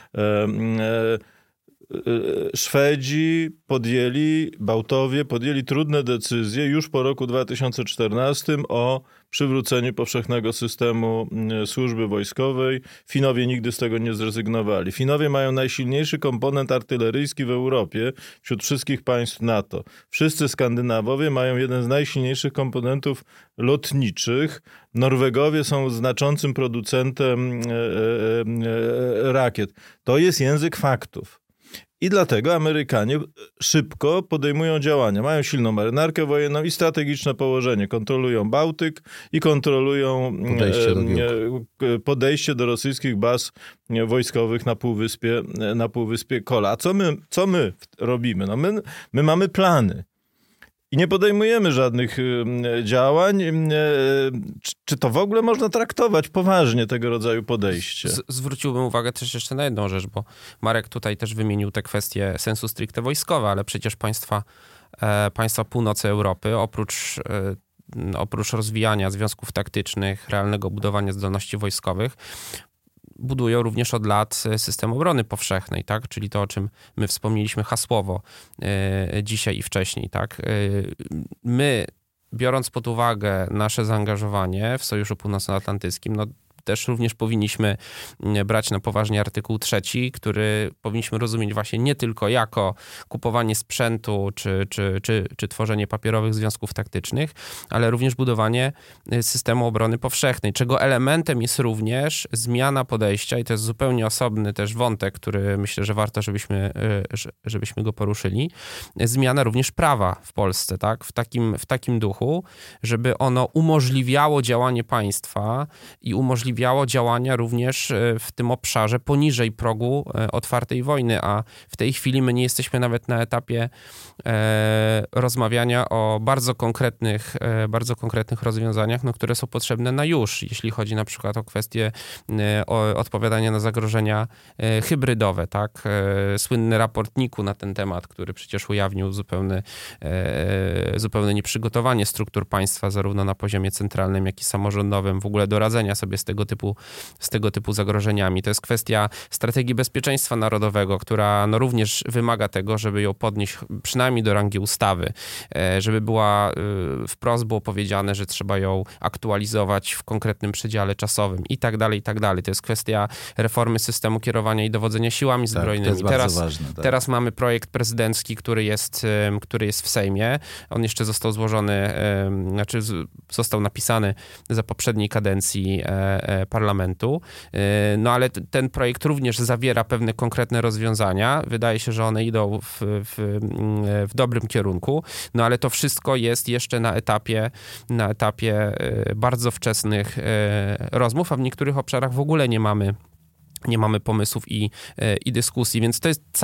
Szwedzi Bałtowie podjęli trudne decyzje już po roku 2014 o przywróceniu powszechnego systemu służby wojskowej. Finowie nigdy z tego nie zrezygnowali. Finowie mają najsilniejszy komponent artyleryjski w Europie wśród wszystkich państw NATO. Wszyscy Skandynawowie mają jeden z najsilniejszych komponentów lotniczych. Norwegowie są znaczącym producentem rakiet. To jest język faktów. I dlatego Amerykanie szybko podejmują działania. Mają silną marynarkę wojenną i strategiczne położenie. Kontrolują Bałtyk i kontrolują podejście do rosyjskich baz wojskowych na półwyspie Kola. A co my robimy? No my mamy plany. I nie podejmujemy żadnych działań. Czy to w ogóle można traktować poważnie, tego rodzaju podejście? Zwróciłbym uwagę też jeszcze na jedną rzecz, bo Marek tutaj też wymienił te kwestie sensu stricte wojskowe, ale przecież państwa północy Europy, oprócz rozwijania związków taktycznych, realnego budowania zdolności wojskowych, budują również od lat system obrony powszechnej, tak? Czyli to, o czym my wspomnieliśmy hasłowo dzisiaj i wcześniej, tak? My, biorąc pod uwagę nasze zaangażowanie w Sojuszu Północnoatlantyckim, no też również powinniśmy brać na poważnie artykuł 3, który powinniśmy rozumieć właśnie nie tylko jako kupowanie sprzętu czy tworzenie papierowych związków taktycznych, ale również budowanie systemu obrony powszechnej, czego elementem jest również zmiana podejścia i to jest zupełnie osobny też wątek, który myślę, że warto, żebyśmy go poruszyli. Zmiana również prawa w Polsce, tak? W takim duchu, żeby ono umożliwiało działanie państwa i umożliwiało działania również w tym obszarze poniżej progu otwartej wojny, a w tej chwili my nie jesteśmy nawet na etapie rozmawiania o bardzo konkretnych rozwiązaniach, no, które są potrzebne na już, jeśli chodzi na przykład o kwestie odpowiadania na zagrożenia hybrydowe, tak? Słynny raport NIK-u na ten temat, który przecież ujawnił zupełne nieprzygotowanie struktur państwa, zarówno na poziomie centralnym, jak i samorządowym, w ogóle do radzenia sobie z tego typu zagrożeniami. To jest kwestia strategii bezpieczeństwa narodowego, która no również wymaga tego, żeby ją podnieść przynajmniej do rangi ustawy, żeby wprost było powiedziane, że trzeba ją aktualizować w konkretnym przedziale czasowym i tak dalej, i tak dalej. To jest kwestia reformy systemu kierowania i dowodzenia siłami zbrojnymi. Tak, to jest bardzo ważne. Tak. Teraz mamy projekt prezydencki, który jest w Sejmie. On jeszcze został złożony, został napisany za poprzedniej kadencji parlamentu. No ale ten projekt również zawiera pewne konkretne rozwiązania. Wydaje się, że one idą w dobrym kierunku. No ale to wszystko jest jeszcze na etapie bardzo wczesnych rozmów, a w niektórych obszarach w ogóle nie mamy pomysłów i dyskusji, więc to jest cały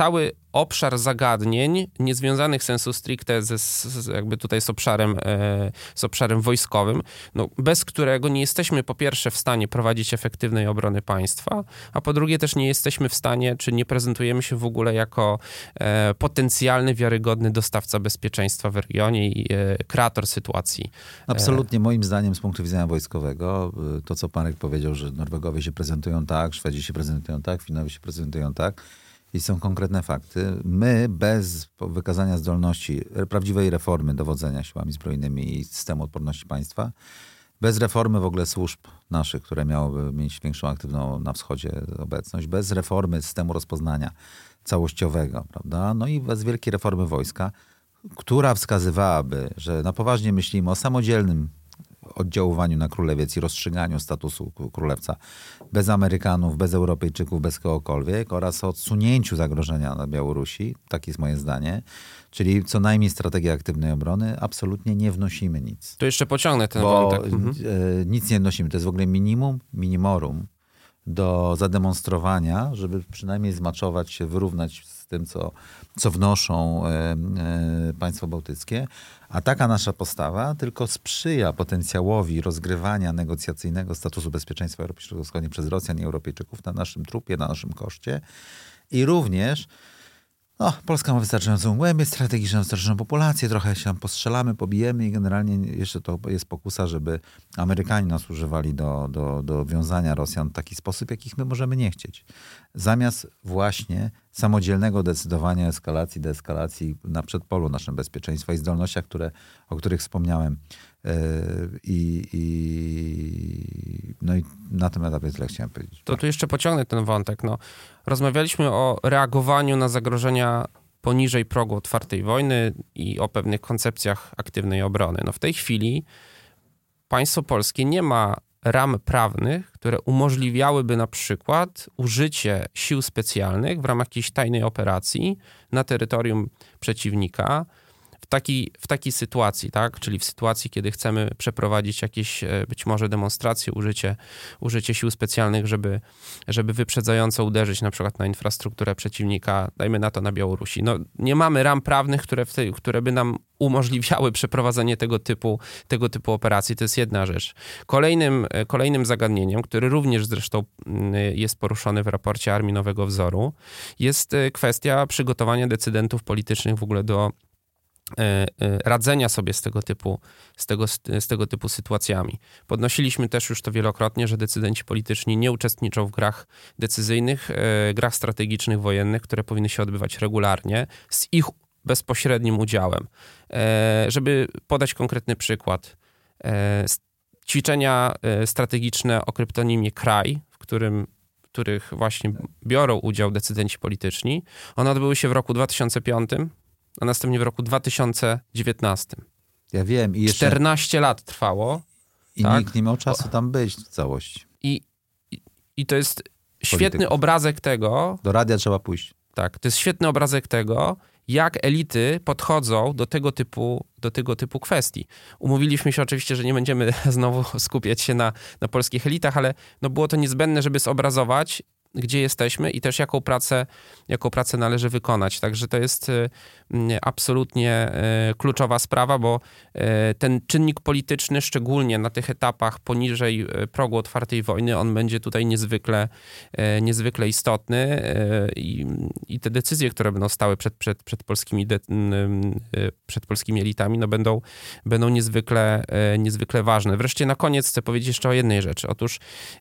obszar zagadnień niezwiązanych sensu stricte jakby tutaj z obszarem wojskowym, no, bez którego nie jesteśmy po pierwsze w stanie prowadzić efektywnej obrony państwa, a po drugie też nie jesteśmy w stanie, czy nie prezentujemy się w ogóle jako potencjalny, wiarygodny dostawca bezpieczeństwa w regionie i kreator sytuacji. Absolutnie, moim zdaniem z punktu widzenia wojskowego, to co Marek powiedział, że Norwegowie się prezentują tak, Szwedzi się prezentują tak, Finowie się prezentują tak i są konkretne fakty. My bez wykazania zdolności prawdziwej reformy dowodzenia siłami zbrojnymi i systemu odporności państwa, bez reformy w ogóle służb naszych, które miałyby mieć większą aktywną na wschodzie obecność, bez reformy systemu rozpoznania całościowego, prawda? No i bez wielkiej reformy wojska, która wskazywałaby, że na poważnie myślimy o samodzielnym oddziaływaniu na królewiec i rozstrzyganiu statusu królewca bez Amerykanów, bez Europejczyków, bez kogokolwiek oraz o odsunięciu zagrożenia na Białorusi, tak jest moje zdanie, czyli co najmniej strategia aktywnej obrony, absolutnie nie wnosimy nic. To jeszcze pociągnę ten wątek. Nic nie wnosimy, to jest w ogóle minimorum do zademonstrowania, żeby przynajmniej zmaczować się, wyrównać z tym, co wnoszą państwa bałtyckie. A taka nasza postawa tylko sprzyja potencjałowi rozgrywania negocjacyjnego statusu bezpieczeństwa Europy Środkowo-Wschodniej przez Rosjan i Europejczyków na naszym trupie, na naszym koszcie. I również Polska ma wystarczającą głębię strategiczną, wystarczającą populację, trochę się postrzelamy, pobijemy i generalnie jeszcze to jest pokusa, żeby Amerykanie nas używali do wiązania Rosjan w taki sposób, jakich my możemy nie chcieć. Zamiast właśnie samodzielnego decydowania eskalacji, deeskalacji na przedpolu naszym bezpieczeństwa i zdolnościach, o których wspomniałem. No i na tym etapie tyle chciałem powiedzieć. To tu jeszcze pociągnę ten wątek. No, rozmawialiśmy o reagowaniu na zagrożenia poniżej progu otwartej wojny i o pewnych koncepcjach aktywnej obrony. No, w tej chwili państwo polskie nie ma ram prawnych, które umożliwiałyby na przykład użycie sił specjalnych w ramach jakiejś tajnej operacji na terytorium przeciwnika w takiej sytuacji, tak? Czyli w sytuacji, kiedy chcemy przeprowadzić jakieś być może demonstracje, użycie sił specjalnych, żeby wyprzedzająco uderzyć na przykład na infrastrukturę przeciwnika, dajmy na to na Białorusi. No, nie mamy ram prawnych, które by nam umożliwiały przeprowadzenie tego typu operacji. To jest jedna rzecz. Kolejnym zagadnieniem, które również zresztą jest poruszone w raporcie Armii Nowego Wzoru, jest kwestia przygotowania decydentów politycznych w ogóle do radzenia sobie z tego typu sytuacjami. Podnosiliśmy też już to wielokrotnie, że decydenci polityczni nie uczestniczą w grach decyzyjnych, grach strategicznych, wojennych, które powinny się odbywać regularnie z ich bezpośrednim udziałem. Żeby podać konkretny przykład, ćwiczenia strategiczne o kryptonimie Kraj, w których właśnie biorą udział decydenci polityczni, one odbyły się w roku 2005, a następnie w roku 2019. Ja wiem. I jeszcze 14 lat trwało. I tak? Nikt nie miał czasu tam być w całości. I to jest świetny obrazek tego... Do radia trzeba pójść. Tak, to jest świetny obrazek tego, jak elity podchodzą do tego typu kwestii. Umówiliśmy się oczywiście, że nie będziemy znowu skupiać się na polskich elitach, ale no było to niezbędne, żeby zobrazować, gdzie jesteśmy i też jaką pracę należy wykonać. Także to jest absolutnie kluczowa sprawa, bo ten czynnik polityczny, szczególnie na tych etapach poniżej progu otwartej wojny, on będzie tutaj niezwykle istotny i te decyzje, które będą stały przed polskimi elitami, no będą niezwykle ważne. Wreszcie na koniec chcę powiedzieć jeszcze o jednej rzeczy. Otóż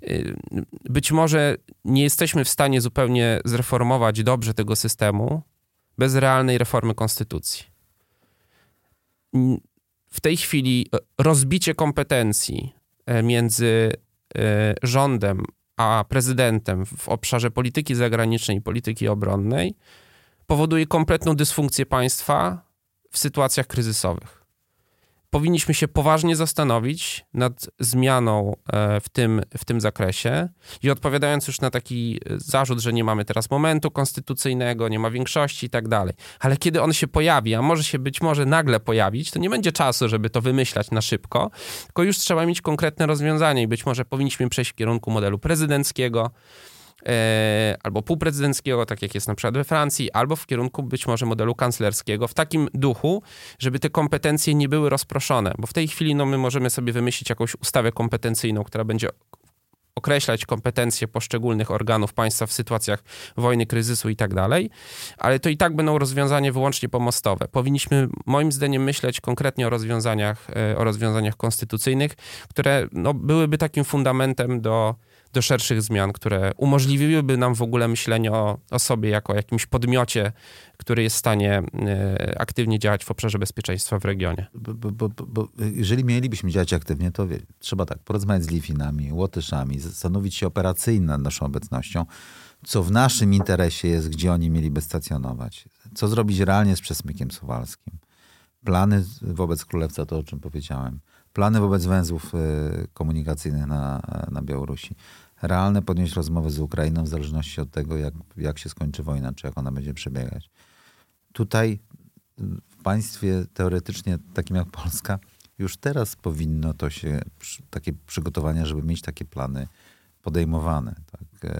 być może nie jesteśmy w stanie zupełnie zreformować dobrze tego systemu bez realnej reformy konstytucji. W tej chwili rozbicie kompetencji między rządem a prezydentem w obszarze polityki zagranicznej i polityki obronnej powoduje kompletną dysfunkcję państwa w sytuacjach kryzysowych. Powinniśmy się poważnie zastanowić nad zmianą w tym zakresie i odpowiadając już na taki zarzut, że nie mamy teraz momentu konstytucyjnego, nie ma większości i tak dalej. Ale kiedy on się pojawi, a może się być może nagle pojawić, to nie będzie czasu, żeby to wymyślać na szybko, tylko już trzeba mieć konkretne rozwiązanie i być może powinniśmy przejść w kierunku modelu prezydenckiego, albo półprezydenckiego, tak jak jest na przykład we Francji, albo w kierunku być może modelu kanclerskiego, w takim duchu, żeby te kompetencje nie były rozproszone, bo w tej chwili my możemy sobie wymyślić jakąś ustawę kompetencyjną, która będzie określać kompetencje poszczególnych organów państwa w sytuacjach wojny, kryzysu i tak dalej, ale to i tak będą rozwiązania wyłącznie pomostowe. Powinniśmy moim zdaniem myśleć konkretnie o rozwiązaniach konstytucyjnych, które byłyby takim fundamentem do szerszych zmian, które umożliwiłyby nam w ogóle myślenie o sobie jako jakimś podmiocie, który jest w stanie aktywnie działać w obszarze bezpieczeństwa w regionie. Bo jeżeli mielibyśmy działać aktywnie, to trzeba tak porozmawiać z Litwinami, Łotyszami, zastanowić się operacyjnie nad naszą obecnością, co w naszym interesie jest, gdzie oni mieliby stacjonować, co zrobić realnie z przesmykiem suwalskim. Plany wobec Królewca, to o czym powiedziałem. Plany wobec węzłów komunikacyjnych na Białorusi. Realne podjąć rozmowy z Ukrainą w zależności od tego, jak się skończy wojna, czy jak ona będzie przebiegać. Tutaj w państwie teoretycznie takim jak Polska już teraz powinno to się, takie przygotowania, żeby mieć takie plany podejmowane. Tak.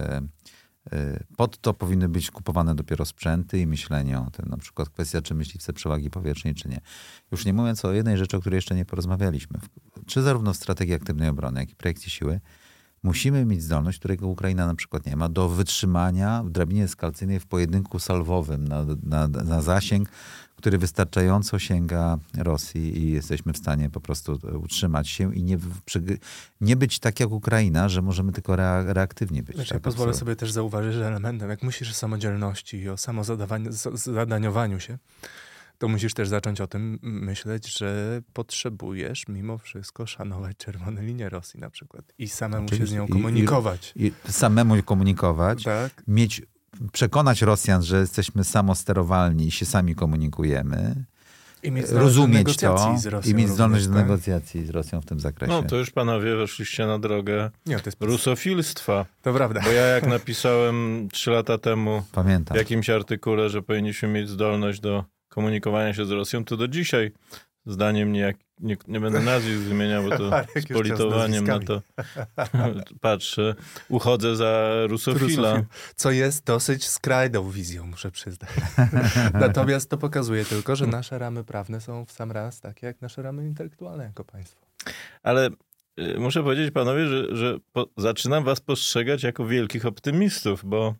Pod to powinny być kupowane dopiero sprzęty i myślenie o tym. Na przykład kwestia, czy myśliwce przewagi powietrznej, czy nie. Już nie mówiąc o jednej rzeczy, o której jeszcze nie porozmawialiśmy. Czy zarówno w strategii aktywnej obrony, jak i projekcie siły musimy mieć zdolność, którego Ukraina na przykład nie ma, do wytrzymania w drabinie skalcyjnej w pojedynku salwowym na zasięg, który wystarczająco sięga Rosji i jesteśmy w stanie po prostu utrzymać się i nie być tak jak Ukraina, że możemy tylko reaktywnie być. Znaczy, tak, pozwolę sobie też zauważyć, że elementem, jak myślisz o samodzielności i o samozadaniowaniu się, to musisz też zacząć o tym myśleć, że potrzebujesz mimo wszystko szanować czerwone linie Rosji na przykład i samemu się z nią komunikować. I samemu komunikować, tak? Przekonać Rosjan, że jesteśmy samosterowalni i się sami komunikujemy, I mieć rozumieć to z Rosją i mieć zdolność również, do negocjacji z Rosją w tym zakresie. No to już panowie weszliście na drogę rusofilstwa. To prawda. Bo ja jak napisałem 3 lata temu Pamiętam. w jakimś artykule, że powinniśmy mieć zdolność do komunikowania się z Rosją, to do dzisiaj zdaniem nie będę nazwisk wymieniał, bo to z politowaniem na to patrzę, uchodzę za rusofila. Co jest dosyć skrajną wizją, muszę przyznać. Natomiast to pokazuje tylko, że nasze ramy prawne są w sam raz takie jak nasze ramy intelektualne jako państwo. Ale muszę powiedzieć panowie, że zaczynam was postrzegać jako wielkich optymistów, bo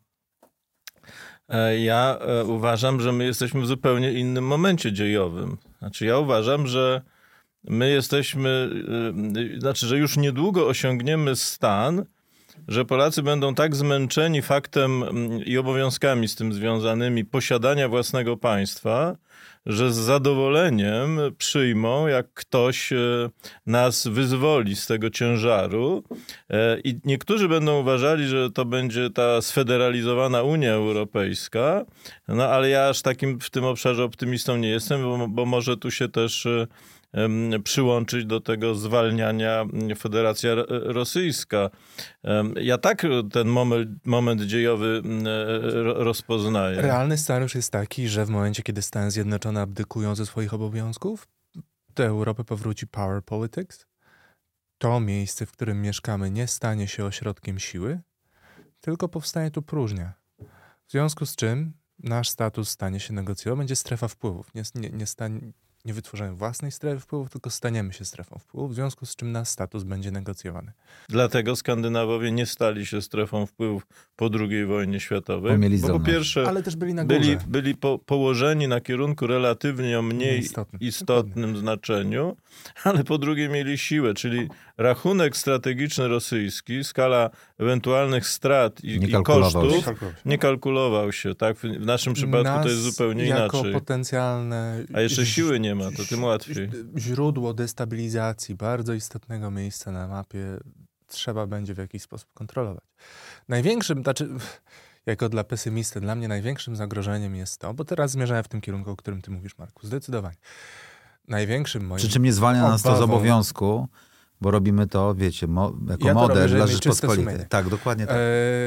ja uważam, że my jesteśmy w zupełnie innym momencie dziejowym. Znaczy ja uważam, że my jesteśmy, że już niedługo osiągniemy stan, że Polacy będą tak zmęczeni faktem i obowiązkami z tym związanymi posiadania własnego państwa, że z zadowoleniem przyjmą, jak ktoś nas wyzwoli z tego ciężaru. I niektórzy będą uważali, że to będzie ta sfederalizowana Unia Europejska, no ale ja aż takim w tym obszarze optymistą nie jestem, bo może tu się też przyłączyć do tego zwalniania Federacja Rosyjska. Ja tak ten moment dziejowy rozpoznaję. Realny scenariusz jest taki, że w momencie, kiedy Stany Zjednoczone abdykują ze swoich obowiązków, do Europy powróci power politics. To miejsce, w którym mieszkamy, nie stanie się ośrodkiem siły, tylko powstanie tu próżnia. W związku z czym nasz status stanie się negocjował, będzie strefa wpływów. Nie wytworzymy własnej strefy wpływów, tylko staniemy się strefą wpływów, w związku z czym nasz status będzie negocjowany. Dlatego Skandynawowie nie stali się strefą wpływów po II wojnie światowej. Bo po pierwsze, ale też byli na górze. Byli położeni na kierunku relatywnie o mniej istotnym znaczeniu, ale po drugie mieli siłę, czyli rachunek strategiczny rosyjski, skala ewentualnych strat i kosztów nie kalkulował się. Tak? W naszym przypadku to jest zupełnie inaczej. Potencjalne... A jeszcze siły nie ma, to tym łatwiej. Źródło destabilizacji bardzo istotnego miejsca na mapie trzeba będzie w jakiś sposób kontrolować. Największym, jako dla pesymisty, dla mnie największym zagrożeniem jest to, bo teraz zmierzałem w tym kierunku, o którym ty mówisz, Marku, zdecydowanie. Największym moim... Przy czym nie zwalnia nas to z obowiązku, bo robimy to, wiecie, jako model dla Rzeczpospolitej. Tak, dokładnie tak.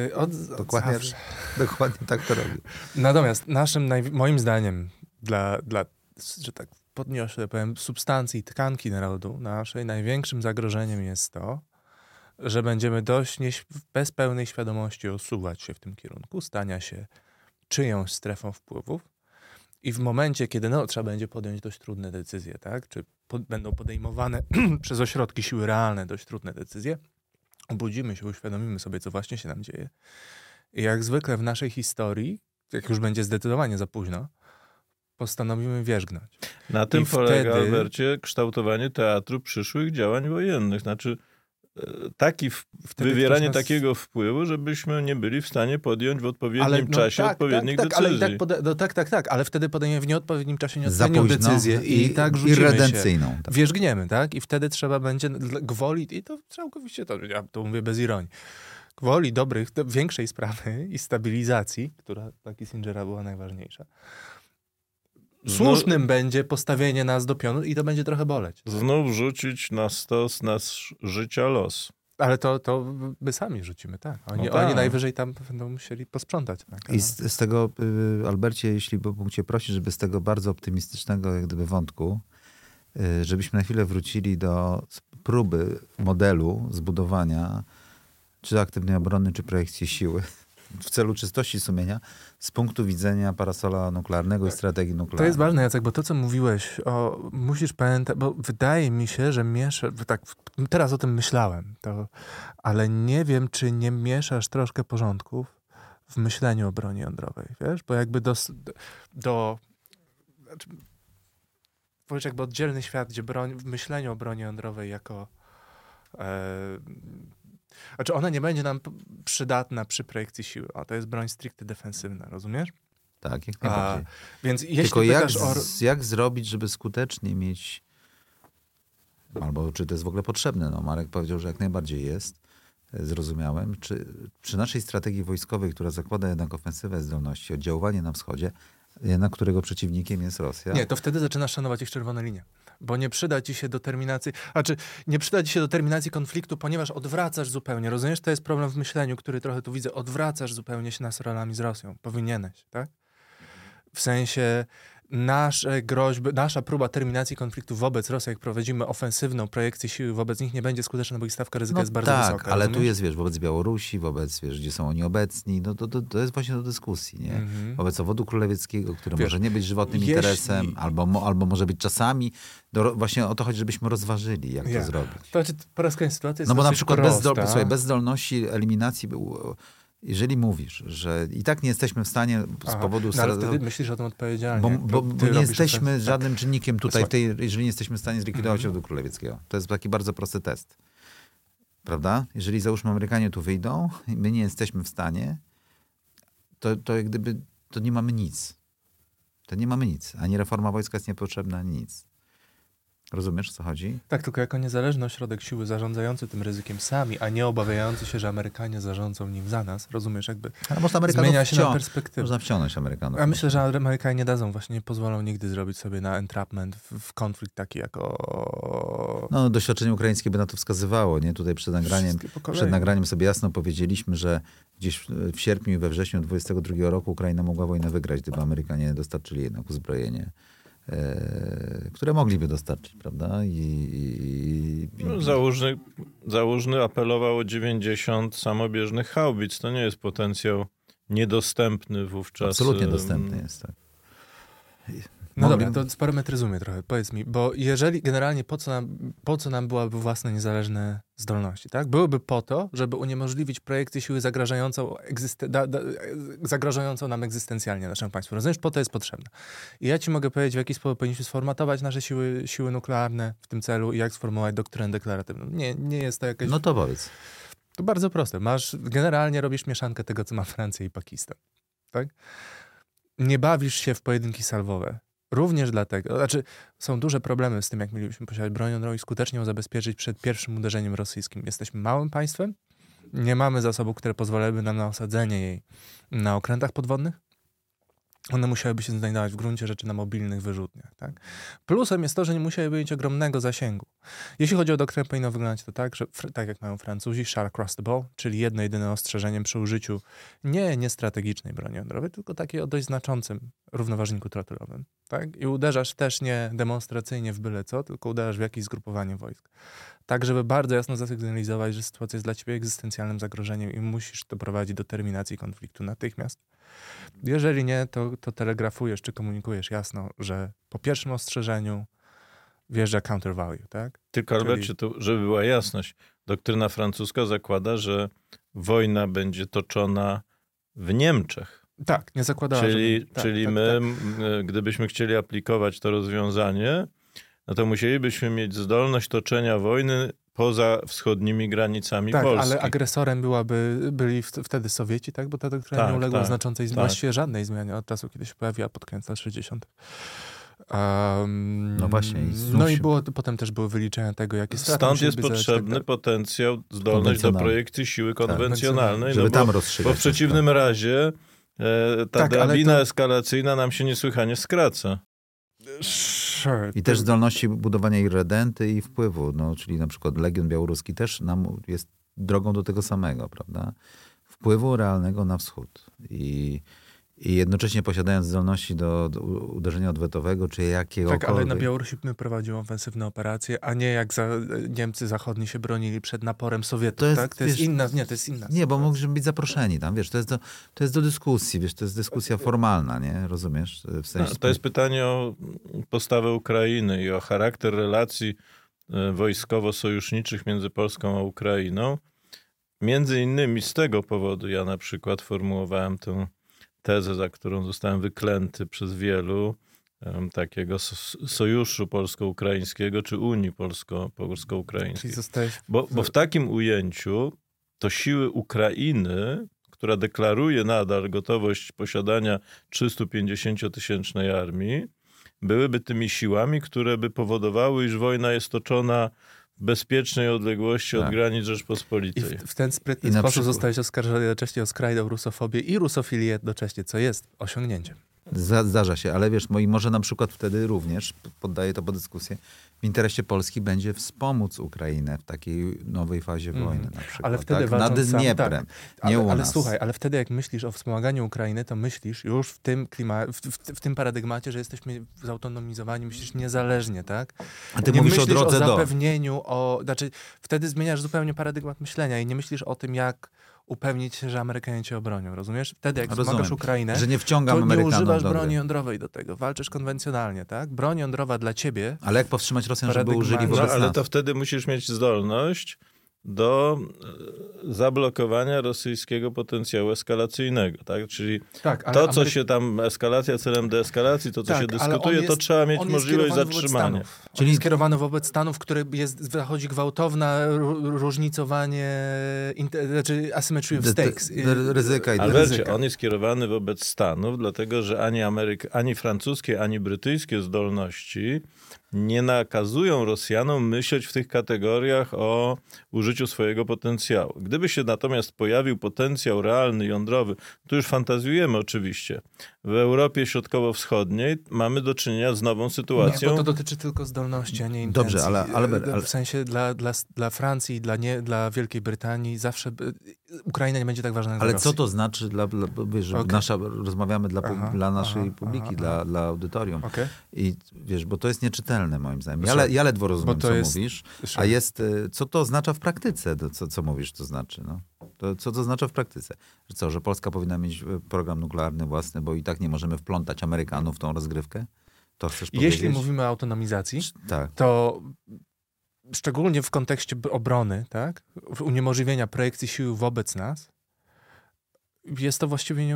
Dokładnie tak to robi. Natomiast moim zdaniem, że tak podniosę, powiem, substancji, tkanki narodu naszej, największym zagrożeniem jest to, że będziemy dość bez pełnej świadomości osuwać się w tym kierunku, stania się czyjąś strefą wpływów i w momencie, kiedy trzeba będzie podjąć dość trudne decyzje, tak? Czy będą podejmowane przez ośrodki siły realne dość trudne decyzje, obudzimy się, uświadomimy sobie, co właśnie się nam dzieje. I jak zwykle w naszej historii, jak już będzie zdecydowanie za późno, postanowimy wierzgnąć. Na tym I polega, wtedy- Albercie, kształtowanie teatru przyszłych działań wojennych. Znaczy wywieranie ktoś nas- takiego wpływu, żebyśmy nie byli w stanie podjąć w odpowiednim czasie odpowiednich ale decyzji. i tak, ale wtedy podejmiemy w nieodpowiednim czasie Za nieodpowiednią późno decyzję i tak rzucimy się. irredencyjną. Tak. Wierzgniemy, tak? I wtedy trzeba będzie gwoli, i to całkowicie, ja to mówię bez ironii, gwoli większej sprawy i stabilizacji, która dla Kissingera była najważniejsza. Słusznym będzie postawienie nas do pionu i to będzie trochę boleć. Znów rzucić na stos nasz życia los. Ale to my sami rzucimy, tak. Oni najwyżej tam będą musieli posprzątać. Tak? I z tego, Albercie, jeśli mógł cię prosić, żeby z tego bardzo optymistycznego jak gdyby wątku, żebyśmy na chwilę wrócili do próby modelu zbudowania czy aktywnej obrony, czy projekcji siły w celu czystości sumienia z punktu widzenia parasola nuklearnego i strategii nuklearnej. To jest ważne, Jacek, bo to, co mówiłeś, musisz pamiętać, bo wydaje mi się, że teraz o tym myślałem, ale nie wiem, czy nie mieszasz troszkę porządków w myśleniu o broni jądrowej, wiesz? Bo jakby jakby oddzielny świat, gdzie w myśleniu o broni jądrowej jako znaczy ona nie będzie nam przydatna przy projekcji siły. To jest broń stricte defensywna, rozumiesz? Tak, jak najbardziej. Więc jeśli Tylko pytasz jak zrobić, żeby skutecznie mieć, albo czy to jest w ogóle potrzebne? No, Marek powiedział, że jak najbardziej jest. Zrozumiałem. Czy przy naszej strategii wojskowej, która zakłada jednak ofensywę zdolności, oddziaływanie na wschodzie, jednak którego przeciwnikiem jest Rosja? Nie, to wtedy zaczynasz szanować ich czerwone linie. Bo nie przyda ci się do terminacji, nie przyda ci się do terminacji konfliktu, ponieważ odwracasz zupełnie. Rozumiesz? To jest problem w myśleniu, który trochę tu widzę. Odwracasz zupełnie się nas rolami z Rosją. Powinieneś, tak? W sensie nasze groźby, nasza próba terminacji konfliktu wobec Rosji, jak prowadzimy ofensywną projekcję siły wobec nich, nie będzie skuteczna, bo ich stawka ryzyka jest bardzo wysoka. Ale rozumiesz? tu jest, wobec Białorusi, wobec, gdzie są oni obecni, no to jest właśnie do dyskusji, nie? Wobec obwodu królewickiego, który może nie być żywotnym interesem, albo może być czasami, właśnie o to chodzi, żebyśmy rozważyli, jak to zrobić. To znaczy, po raz kolejny sytuacja jest No bo na dosyć przykład prosta. bez zdolności eliminacji jeżeli mówisz, że i tak nie jesteśmy w stanie z powodu... ale wtedy myślisz o tym odpowiedzialnie. Bo nie jesteśmy żadnym czynnikiem tutaj, jeżeli nie jesteśmy w stanie zlikwidować obwodu królewickiego. To jest taki bardzo prosty test. Prawda? Jeżeli załóżmy Amerykanie tu wyjdą i my nie jesteśmy w stanie, to jak gdyby to nie mamy nic. To nie mamy nic. Ani reforma wojska jest niepotrzebna, ani nic. Rozumiesz, o co chodzi? Tak, tylko jako niezależny ośrodek siły zarządzający tym ryzykiem sami, a nie obawiający się, że Amerykanie zarządzą nim za nas. Rozumiesz, jakby Ale można Amerykanów zmienia się na perspektywę. Można wciągnąć Amerykanów. Ja myślę, że Amerykanie nie dadzą, właśnie nie pozwolą nigdy zrobić sobie na entrapment w konflikt taki jako... No, doświadczenie ukraińskie by na to wskazywało, nie? Tutaj przed nagraniem sobie jasno powiedzieliśmy, że gdzieś w sierpniu i we wrześniu 2022 roku Ukraina mogła wojnę wygrać, gdyby Amerykanie dostarczyli jednak uzbrojenie, które mogliby dostarczyć, prawda? Załóżny apelował o 90 samobieżnych haubic. To nie jest potencjał niedostępny wówczas. Absolutnie dostępny jest, tak. No dobra, to sparometryzujmy trochę. Powiedz mi, bo jeżeli generalnie po co nam byłaby własne niezależne zdolności, tak? Byłyby po to, żeby uniemożliwić projekcję siły zagrażającą nam egzystencjalnie naszemu państwu. Rozumiesz? Po to jest potrzebne. I ja ci mogę powiedzieć, w jaki sposób powinniśmy sformatować nasze siły nuklearne w tym celu i jak sformułować doktrynę deklaratywną. Nie jest to jakieś... No to powiedz. To bardzo proste. Generalnie robisz mieszankę tego, co ma Francja i Pakistan. Tak? Nie bawisz się w pojedynki salwowe. Również dlatego, są duże problemy z tym, jak mielibyśmy posiadać broń jądrową i skutecznie ją zabezpieczyć przed pierwszym uderzeniem rosyjskim. Jesteśmy małym państwem, nie mamy zasobów, które pozwalałyby nam na osadzenie jej na okrętach podwodnych. One musiałyby się znajdować w gruncie rzeczy na mobilnych wyrzutniach. Tak? Plusem jest to, że nie musiałyby mieć ogromnego zasięgu. Jeśli chodzi o doktrynę, powinno wyglądać to tak, że tak jak mają Francuzi, shot across the bow, czyli jedno jedyne ostrzeżeniem przy użyciu nie strategicznej broni jądrowej, tylko takiej o dość znaczącym równoważniku trotelowym. Tak? I uderzasz też nie demonstracyjnie w byle co, tylko uderzasz w jakieś zgrupowanie wojsk. Tak, żeby bardzo jasno zasygnalizować, że sytuacja jest dla ciebie egzystencjalnym zagrożeniem i musisz doprowadzić do terminacji konfliktu natychmiast. Jeżeli nie, to telegrafujesz czy komunikujesz jasno, że po pierwszym ostrzeżeniu wjeżdża counter value, tak? Tylko Albercie, to, żeby była jasność, doktryna francuska zakłada, że wojna będzie toczona w Niemczech. Tak, nie zakładała. Czyli my, gdybyśmy chcieli aplikować to rozwiązanie, no to musielibyśmy mieć zdolność toczenia wojny poza wschodnimi granicami Polski. Tak, ale agresorem byli wtedy Sowieci, tak? Bo ta doktryna nie uległa znaczącej zmianie, właściwie żadnej zmianie od czasu, kiedy się pojawiła pod koniec lat 60. No właśnie. Potem też były wyliczenia tego, jakie straty. Stąd jest potrzebny potencjał, zdolność do projekcji siły konwencjonalnej. Żeby tam rozstrzygać. Bo w przeciwnym razie ta drabina eskalacyjna nam się niesłychanie skraca. I też zdolności budowania irredenty i wpływu, czyli na przykład Legion Białoruski też nam jest drogą do tego samego, prawda? Wpływu realnego na wschód. I jednocześnie posiadając zdolności do uderzenia odwetowego, czy jakiegokolwiek... Tak, ale na Białorusi prowadził ofensywne operacje, a nie jak Niemcy zachodni się bronili przed naporem Sowietów, tak? To jest inna sytuacja. Nie, bo mogliśmy być zaproszeni tam, wiesz, to jest do dyskusji, wiesz, to jest dyskusja formalna, nie? Rozumiesz? W sensie... To jest pytanie o postawę Ukrainy i o charakter relacji wojskowo-sojuszniczych między Polską a Ukrainą. Między innymi z tego powodu ja na przykład formułowałem tę tezę, za którą zostałem wyklęty przez wielu, takiego sojuszu polsko-ukraińskiego, czy Unii polsko-ukraińskiej. Bo w takim ujęciu to siły Ukrainy, która deklaruje nadal gotowość posiadania 350-tysięcznej armii, byłyby tymi siłami, które by powodowały, iż wojna jest toczona w bezpiecznej odległości od granic Rzeczpospolitej. I w ten sprytny sposób zostałeś oskarżony jednocześnie o skrajną rusofobię i rusofilię jednocześnie, co jest osiągnięciem. Zdarza się, ale wiesz, może na przykład wtedy również, poddaję to pod dyskusję, w interesie Polski będzie wspomóc Ukrainę w takiej nowej fazie wojny na przykład. Ale wtedy nad Dnieprem, nie u nas. Ale słuchaj, ale wtedy jak myślisz o wspomaganiu Ukrainy, to myślisz już w tym paradygmacie, że jesteśmy zautonomizowani, myślisz niezależnie, tak? A ty mówisz o drodze o zapewnieniu, wtedy zmieniasz zupełnie paradygmat myślenia i nie myślisz o tym, jak upewnić się, że Amerykanie cię obronią, rozumiesz? Wtedy jak wspomagasz Ukrainę, że nie wciągam to Amerykanów nie używasz broni jądrowej do tego. Walczysz konwencjonalnie, tak? Broń jądrowa dla ciebie... Ale jak powstrzymać Rosjan, żeby użyli wobec nas? Ale to wtedy musisz mieć zdolność do zablokowania rosyjskiego potencjału eskalacyjnego, tak? Czyli co się tam, eskalacja celem deeskalacji, to co się dyskutuje, to trzeba mieć możliwość zatrzymania. Czyli jest skierowany wobec Stanów, w których zachodzi gwałtowne różnicowanie, asymmetry of stakes. Ryzyka. Ale on jest skierowany wobec Stanów, dlatego że ani francuskie, ani brytyjskie zdolności nie nakazują Rosjanom myśleć w tych kategoriach o użyciu swojego potencjału. Gdyby się natomiast pojawił potencjał realny, jądrowy, to już fantazjujemy oczywiście. W Europie Środkowo-Wschodniej mamy do czynienia z nową sytuacją. Nie, bo to dotyczy tylko zdolności, a nie intencji. Dobrze, ale... W sensie dla Francji, dla Wielkiej Brytanii zawsze Ukraina nie będzie tak ważna jak Ale Rosji. co to znaczy, wiesz, rozmawiamy dla naszej publiki, dla audytorium. Okay. I wiesz, bo to jest nieczytelne moim zdaniem. Ja ledwo rozumiem, co mówisz, a co to oznacza w praktyce, co mówisz, to znaczy, no. Co to oznacza w praktyce? Że Polska powinna mieć program nuklearny własny, bo i tak nie możemy wplątać Amerykanów w tą rozgrywkę? To chcesz powiedzieć? Jeśli mówimy o autonomizacji, tak, to szczególnie w kontekście obrony, tak, projekcji siły wobec nas, jest to właściwie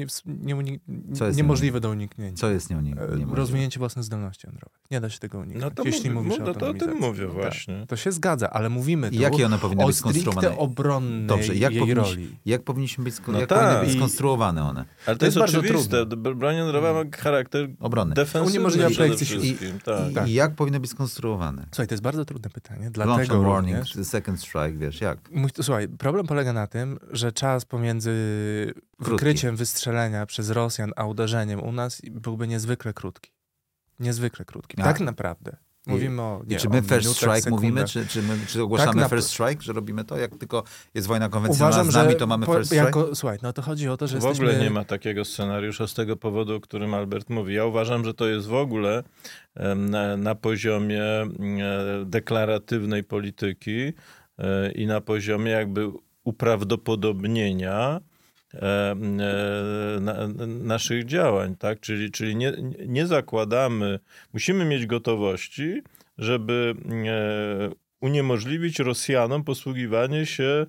niemożliwe do uniknięcia. Co jest niemożliwe? Rozwinięcie własnych zdolności jądrowych. Nie da się tego uniknąć, jeśli mówisz o autonomizacji. To o tym mówię właśnie. To się zgadza, ale mówimy tu jakie one powinny być skonstruowane? Stricte obronnej jej roli. Jak powinny być skonstruowane one? Ale to jest oczywiste. Broń jądrowa ma charakter obronny. Defensywny przede wszystkim. I jak powinny być skonstruowane? Słuchaj, to jest bardzo trudne pytanie. Dlatego warning, second strike, wiesz, jak? Słuchaj, problem polega na tym, że czas pomiędzy wykryciem wystrzelenia przez Rosjan, a uderzeniem u nas byłby niezwykle krótki. Niezwykle krótki. Tak naprawdę. Mówimy czy my first minutach, strike sekundach. mówimy, czy ogłaszamy Tak, first strike, że robimy to? Jak tylko jest wojna konwencjonalna z nami, to mamy first strike? Słuchaj, no to chodzi o to, że W ogóle nie ma takiego scenariusza z tego powodu, o którym Albert mówi. Ja uważam, że to jest w ogóle na poziomie deklaratywnej polityki i na poziomie jakby uprawdopodobnienia naszych działań, tak? Czyli nie zakładamy, musimy mieć gotowości, żeby uniemożliwić Rosjanom posługiwanie się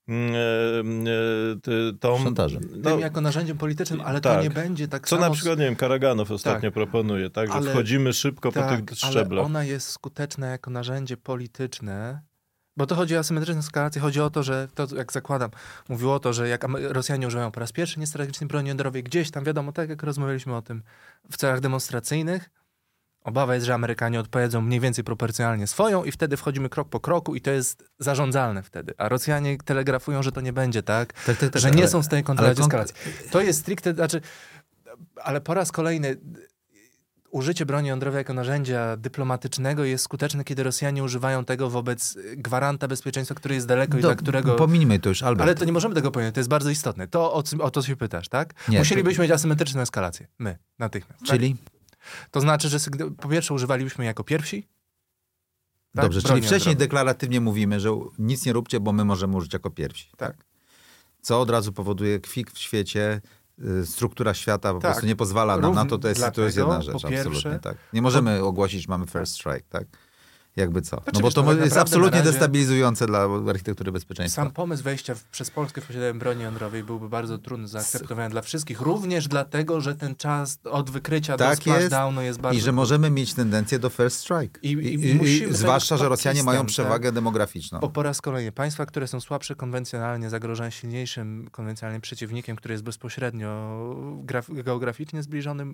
szantażem. Tym jako narzędziem politycznym, ale tak. to nie będzie tak Co samo... na przykład, nie wiem, Karaganow ostatnio proponuje, tak? Że wchodzimy szybko po tych szczeblach. Ale ona jest skuteczna jako narzędzie polityczne, bo to chodzi o asymetryczną eskalację. Chodzi o to, że to, jak zakładam, mówiło o to, że jak Rosjanie używają po raz pierwszy niestrategicznej broni jądrowej gdzieś tam, wiadomo, tak jak rozmawialiśmy o tym, w celach demonstracyjnych, obawa jest, że Amerykanie odpowiedzą mniej więcej proporcjonalnie swoją i wtedy wchodzimy krok po kroku i to jest zarządzalne wtedy. A Rosjanie telegrafują, że to nie będzie tak, że nie są w stanie kontrolować eskalacji. To jest stricte, ale po raz kolejny użycie broni jądrowej jako narzędzia dyplomatycznego jest skuteczne, kiedy Rosjanie używają tego wobec gwaranta bezpieczeństwa, który jest daleko i dla którego... Pominijmy to już, Albert. Ale to nie możemy tego pominąć, to jest bardzo istotne. To o to się pytasz, tak? Nie, Musielibyśmy mieć asymetryczną eskalację. My, natychmiast. Czyli? Tak? To znaczy, że po pierwsze używalibyśmy jako pierwsi. Tak? Dobrze, czyli wcześniej deklaratywnie mówimy, że nic nie róbcie, bo my możemy użyć jako pierwsi. Tak. Co od razu powoduje kwik w świecie, struktura świata po prostu nie pozwala nam na to, to jest jedna rzecz, absolutnie. Tak. Nie możemy ogłosić, że mamy first strike, tak? Jakby co? No bo to jest absolutnie destabilizujące dla architektury bezpieczeństwa. Sam pomysł wejścia przez Polskę w posiadanie broni jądrowej byłby bardzo trudny do zaakceptowania dla wszystkich, również dlatego, że ten czas od wykrycia do splashdownu jest bardzo... I że możemy mieć tendencję do first strike. I zwłaszcza, że Rosjanie mają przewagę demograficzną. Bo po raz kolejny państwa, które są słabsze konwencjonalnie, zagrożone silniejszym konwencjonalnym przeciwnikiem, który jest bezpośrednio geograficznie zbliżonym,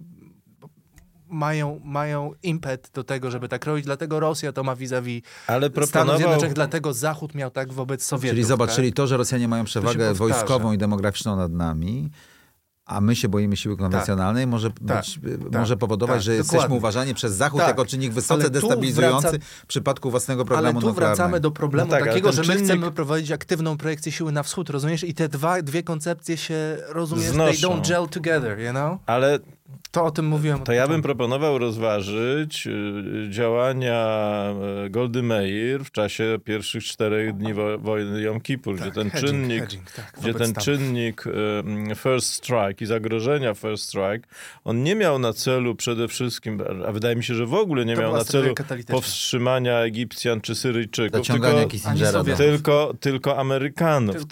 mają impet do tego, żeby tak robić, dlatego Rosja to ma vis-a-vis Stanów Zjednoczonych, dlatego Zachód miał tak wobec Sowietów. Czyli zobacz, tak? czyli to, że Rosjanie mają przewagę wojskową i demograficzną nad nami, a my się boimy siły konwencjonalnej, może powodować, że jesteśmy uważani przez Zachód jako czynnik wysoce destabilizujący w przypadku własnego programu nuklearnego. Ale tu wracamy do problemu takiego, że my chcemy prowadzić aktywną projekcję siły na wschód, rozumiesz? I te dwie koncepcje się, rozumiesz, they don't gel together, you know? Ale to o tym mówiłem. To ja bym proponował rozważyć działania Goldy Meir w czasie pierwszych 4 dni wojny Jom Kippur, gdzie ten czynnik first strike i zagrożenia first strike, on nie miał na celu przede wszystkim, a wydaje mi się, że w ogóle nie miał na celu powstrzymania Egipcjan czy Syryjczyków, tylko Amerykanów.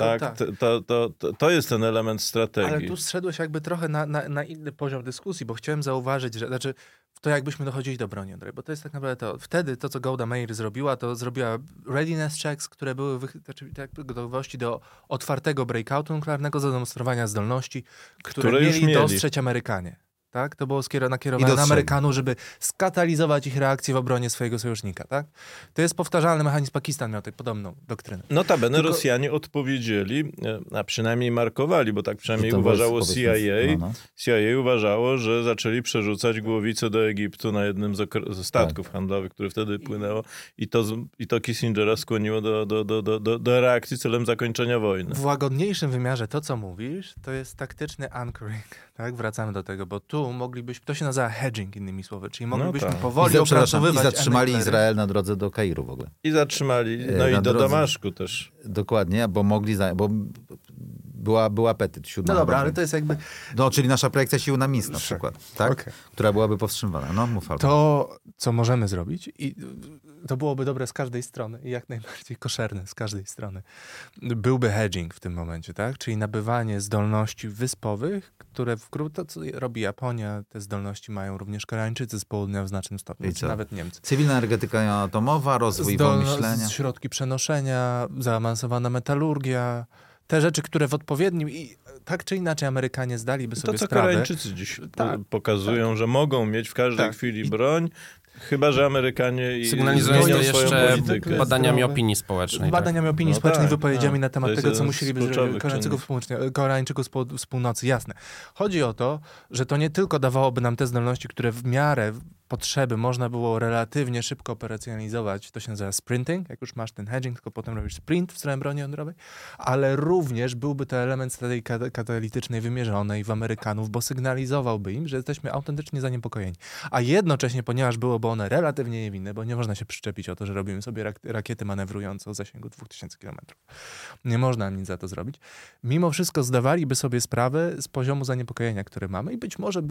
To jest ten element strategii. Ale tu zszedłeś jakby trochę na inny poziom dyskusji, bo chciałem zauważyć, że to jakbyśmy dochodzili do broni jądrowej, bo to jest tak naprawdę to. Wtedy to, co Golda Meir zrobiła, to zrobiła readiness checks, które były gotowości do otwartego breakoutu nuklearnego, zademonstrowania zdolności, które mieli dostrzec Amerykanie. Tak? To było nakierowane na Amerykanów, żeby skatalizować ich reakcję w obronie swojego sojusznika. Tak? To jest powtarzalny mechanizm. Pakistan miał podobną doktrynę. Notabene Rosjanie odpowiedzieli, a przynajmniej markowali, bo tak przynajmniej uważało CIA. CIA uważało, że zaczęli przerzucać głowice do Egiptu na jednym ze statków handlowych, które wtedy płynęło i to Kissingera skłoniło do reakcji celem zakończenia wojny. W łagodniejszym wymiarze to, co mówisz, to jest taktyczny anchoring. Tak? Wracamy do tego, bo tu to się nazywa hedging, innymi słowy, czyli moglibyśmy powoli opracowywać... I zatrzymali Izrael na drodze do Kairu w ogóle. I zatrzymali, i do Damaszku też. Dokładnie, bo bo był apetyt 7. No dobra, ale to jest jakby... No, czyli nasza projekcja sił na Minsk na przykład, tak? Która byłaby powstrzymywana. No, mów Albert. To, co możemy zrobić, i to byłoby dobre z każdej strony i jak najbardziej koszerne z każdej strony, byłby hedging w tym momencie, tak? Czyli nabywanie zdolności wyspowych, które to, co robi Japonia, te zdolności mają również Koreańczycy z południa w znacznym stopniu, czy nawet Niemcy. Cywilna energetyka atomowa, rozwój myślenia. Środki przenoszenia, zaawansowana metalurgia, te rzeczy, które w odpowiednim i tak czy inaczej Amerykanie zdaliby sobie sprawę. To, co Koreańczycy dziś pokazują, że mogą mieć w każdej chwili broń, chyba że Amerykanie sygnalizują to jeszcze politykę. Badaniami opinii społecznej. Badaniami opinii społecznej, wypowiedziami na temat tego, co musieliby Koreańczyków z północy. Jasne. Chodzi o to, że to nie tylko dawałoby nam te zdolności, które w miarę potrzeby można było relatywnie szybko operacjonalizować, to się nazywa sprinting, jak już masz ten hedging, tylko potem robisz sprint w stronę broni jądrowej, ale również byłby to element strategii katalitycznej wymierzonej w Amerykanów, bo sygnalizowałby im, że jesteśmy autentycznie zaniepokojeni. A jednocześnie, ponieważ byłoby one relatywnie niewinne, bo nie można się przyczepić o to, że robimy sobie rakiety manewrujące o zasięgu 2000 km. Nie można nic za to zrobić. Mimo wszystko zdawaliby sobie sprawę z poziomu zaniepokojenia, który mamy i być może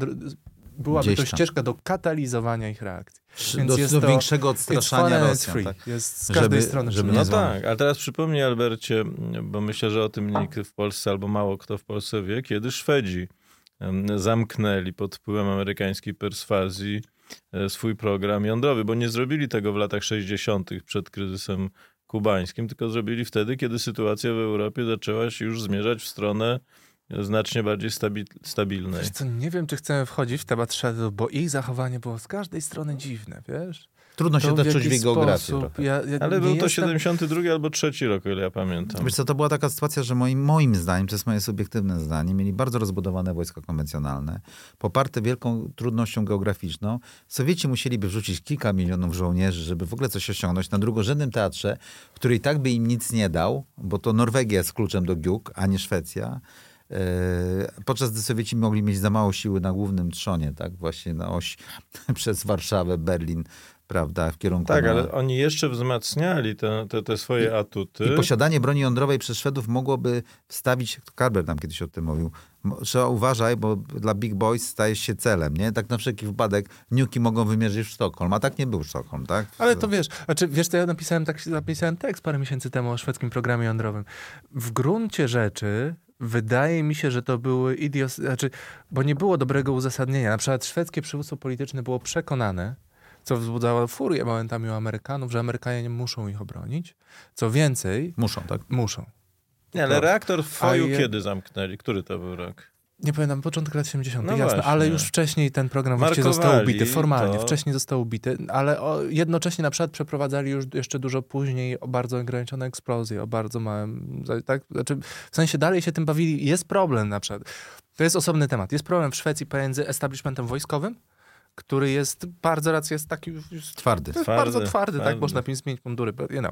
byłaby to ścieżka do katalizowania ich reakcji. Więc do większego odstraszania Rosjan. Tak? Jest z każdej strony. No tak, ale teraz przypomnij, Albercie, bo myślę, że o tym nikt w Polsce albo mało kto w Polsce wie, kiedy Szwedzi zamknęli pod wpływem amerykańskiej perswazji swój program jądrowy, bo nie zrobili tego w latach 60. przed kryzysem kubańskim, tylko zrobili wtedy, kiedy sytuacja w Europie zaczęła się już zmierzać w stronę znacznie bardziej stabilnej. Wiesz co, nie wiem, czy chcemy wchodzić w temat Szwedów, bo ich zachowanie było z każdej strony dziwne, wiesz? Trudno się to czuć w geografii. Ale był to 72 albo 3 rok, o ile ja pamiętam. Wiesz co, to była taka sytuacja, że moim zdaniem, to jest moje subiektywne zdanie, mieli bardzo rozbudowane wojska konwencjonalne, poparte wielką trudnością geograficzną. Sowieci musieliby wrzucić kilka milionów żołnierzy, żeby w ogóle coś osiągnąć na drugorzędnym teatrze, który i tak by im nic nie dał, bo to Norwegia jest kluczem do giug, a nie Szwecja. Podczas gdy Sowieci mogli mieć za mało siły na głównym trzonie, tak, właśnie na oś przez Warszawę, Berlin, prawda, w kierunku... Tak, ale oni jeszcze wzmacniali te swoje atuty. I posiadanie broni jądrowej przez Szwedów mogłoby wstawić, Carver nam kiedyś o tym mówił, trzeba uważaj, bo dla Big Boys stajesz się celem, nie? Tak na wszelki wypadek niuki mogą wymierzyć w Sztokholm, a tak nie był Sztokholm, tak? Ale to wiesz, to ja napisałem tekst parę miesięcy temu o szwedzkim programie jądrowym. W gruncie rzeczy wydaje mi się, że to były bo nie było dobrego uzasadnienia. Na przykład szwedzkie przywództwo polityczne było przekonane, co wzbudzało furię momentami u Amerykanów, że Amerykanie nie muszą ich obronić. Co więcej... Muszą, tak? Muszą. Nie, ale reaktor w Foju kiedy zamknęli? Który to był rok? Nie pamiętam, początek lat 70. No jasne, właśnie. ale już wcześniej ten program właściwie został ubity. Formalnie, wcześniej został ubity, ale jednocześnie na przykład przeprowadzali już jeszcze dużo później bardzo ograniczone eksplozje, o bardzo małym... Tak? Znaczy, w sensie dalej się tym bawili. Jest problem na przykład. To jest osobny temat. Jest problem w Szwecji pomiędzy establishmentem wojskowym, który jest bardzo jest taki... Twardy. To jest bardzo twardy, tak? Można zmienić mundury, but you know.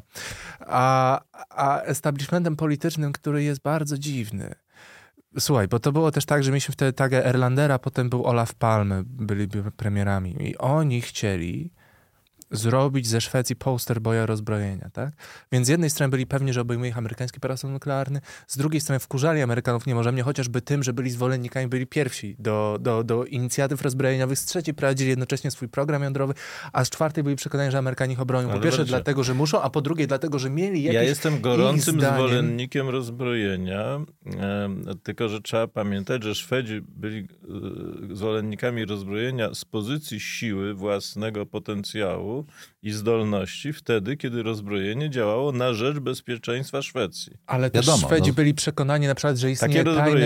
A establishmentem politycznym, który jest bardzo dziwny. Słuchaj, bo to było też tak, że mieliśmy wtedy Tage Erlandera, potem był Olaf Palme, byli premierami i oni chcieli zrobić ze Szwecji poster boja rozbrojenia, tak? Więc z jednej strony byli pewni, że obejmuje ich amerykański parasol nuklearny, z drugiej strony wkurzali Amerykanów niemożebnie, chociażby tym, że byli zwolennikami, byli pierwsi do inicjatyw rozbrojeniowych, z trzeciej prowadzili jednocześnie swój program jądrowy, a z czwartej byli przekonani, że Amerykanie ich obronią. Po pierwsze dlatego, że muszą, a po drugie dlatego, że mieli jakieś... Ja jestem gorącym zwolennikiem rozbrojenia, tylko że trzeba pamiętać, że Szwedzi byli zwolennikami rozbrojenia z pozycji siły własnego potencjału i zdolności wtedy, kiedy rozbrojenie działało na rzecz bezpieczeństwa Szwecji. Ale też Szwedzi byli przekonani na przykład, że istnieje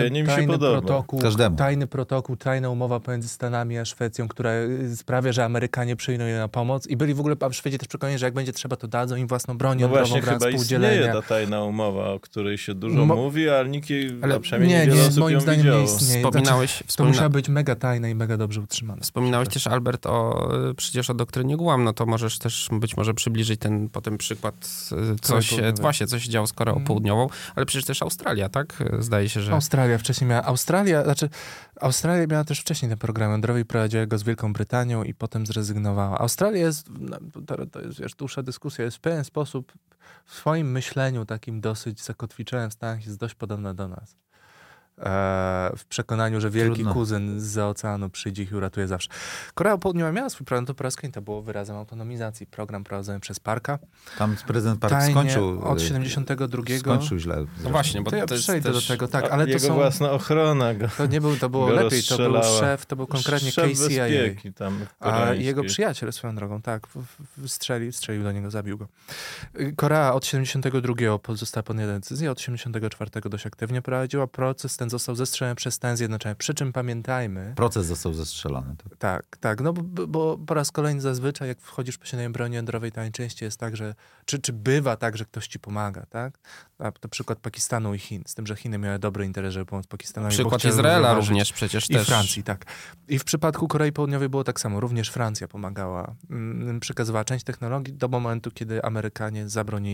tajny protokół, tajna umowa pomiędzy Stanami a Szwecją, która sprawia, że Amerykanie przyjdą je na pomoc i byli w ogóle Szwedzi też przekonani, że jak będzie trzeba, to dadzą im własną broń jądrową w ramach współdzielenia. Istnieje ta tajna umowa, o której się dużo mówi, ale nikt jej, przynajmniej nie, osób moim zdaniem widziało. nie istnieje. To musiała być mega tajna i mega dobrze utrzymana. Wspominałeś też, Albert, przecież o doktrynie Guam, no to możesz też być może przybliżyć ten potem przykład, co się działo z Koreą Południową, ale przecież też Australia, tak? Zdaje się, że... Australia wcześniej miała... Australia miała też wcześniej ten program jądrowy i prowadziła go z Wielką Brytanią i potem zrezygnowała. Australia jest, to jest wiesz, dłuższa dyskusja, jest w pewien sposób w swoim myśleniu takim dosyć zakotwiczonym w Stanach jest dość podobna do nas. W przekonaniu, że wielki kuzyn zza oceanu przyjdzie ich i uratuje zawsze. Korea Południowa miała swój program, to po raz kolejny to było wyrazem autonomizacji. Program prowadzony przez Parka. Tam prezydent Park skończył... Od 72. Skończył źle. No właśnie, bo to ja przejdę do tego, tak, ale jego własna ochrona go. To było lepiej, to był szef, to był konkretnie KCIA. A jego przyjaciel swoją drogą, tak, strzelił do niego, zabił go. Korea od 72. została podjęta decyzja, od 74. dość aktywnie prowadziła proces ten ten został zestrzelony przez Stany Zjednoczone. Przy czym pamiętajmy... Proces został zestrzelony. Tak, no bo po raz kolejny zazwyczaj, jak wchodzisz w posiadanie broni jądrowej, to najczęściej jest tak, że... Czy bywa tak, że ktoś ci pomaga, tak? To przykład Pakistanu i Chin. Z tym, że Chiny miały dobry interes, żeby pomóc Pakistanowi. Przykład Izraela również przecież też. I Francji, tak. I w przypadku Korei Południowej było tak samo. Również Francja pomagała. Przekazywała część technologii do momentu, kiedy Amerykanie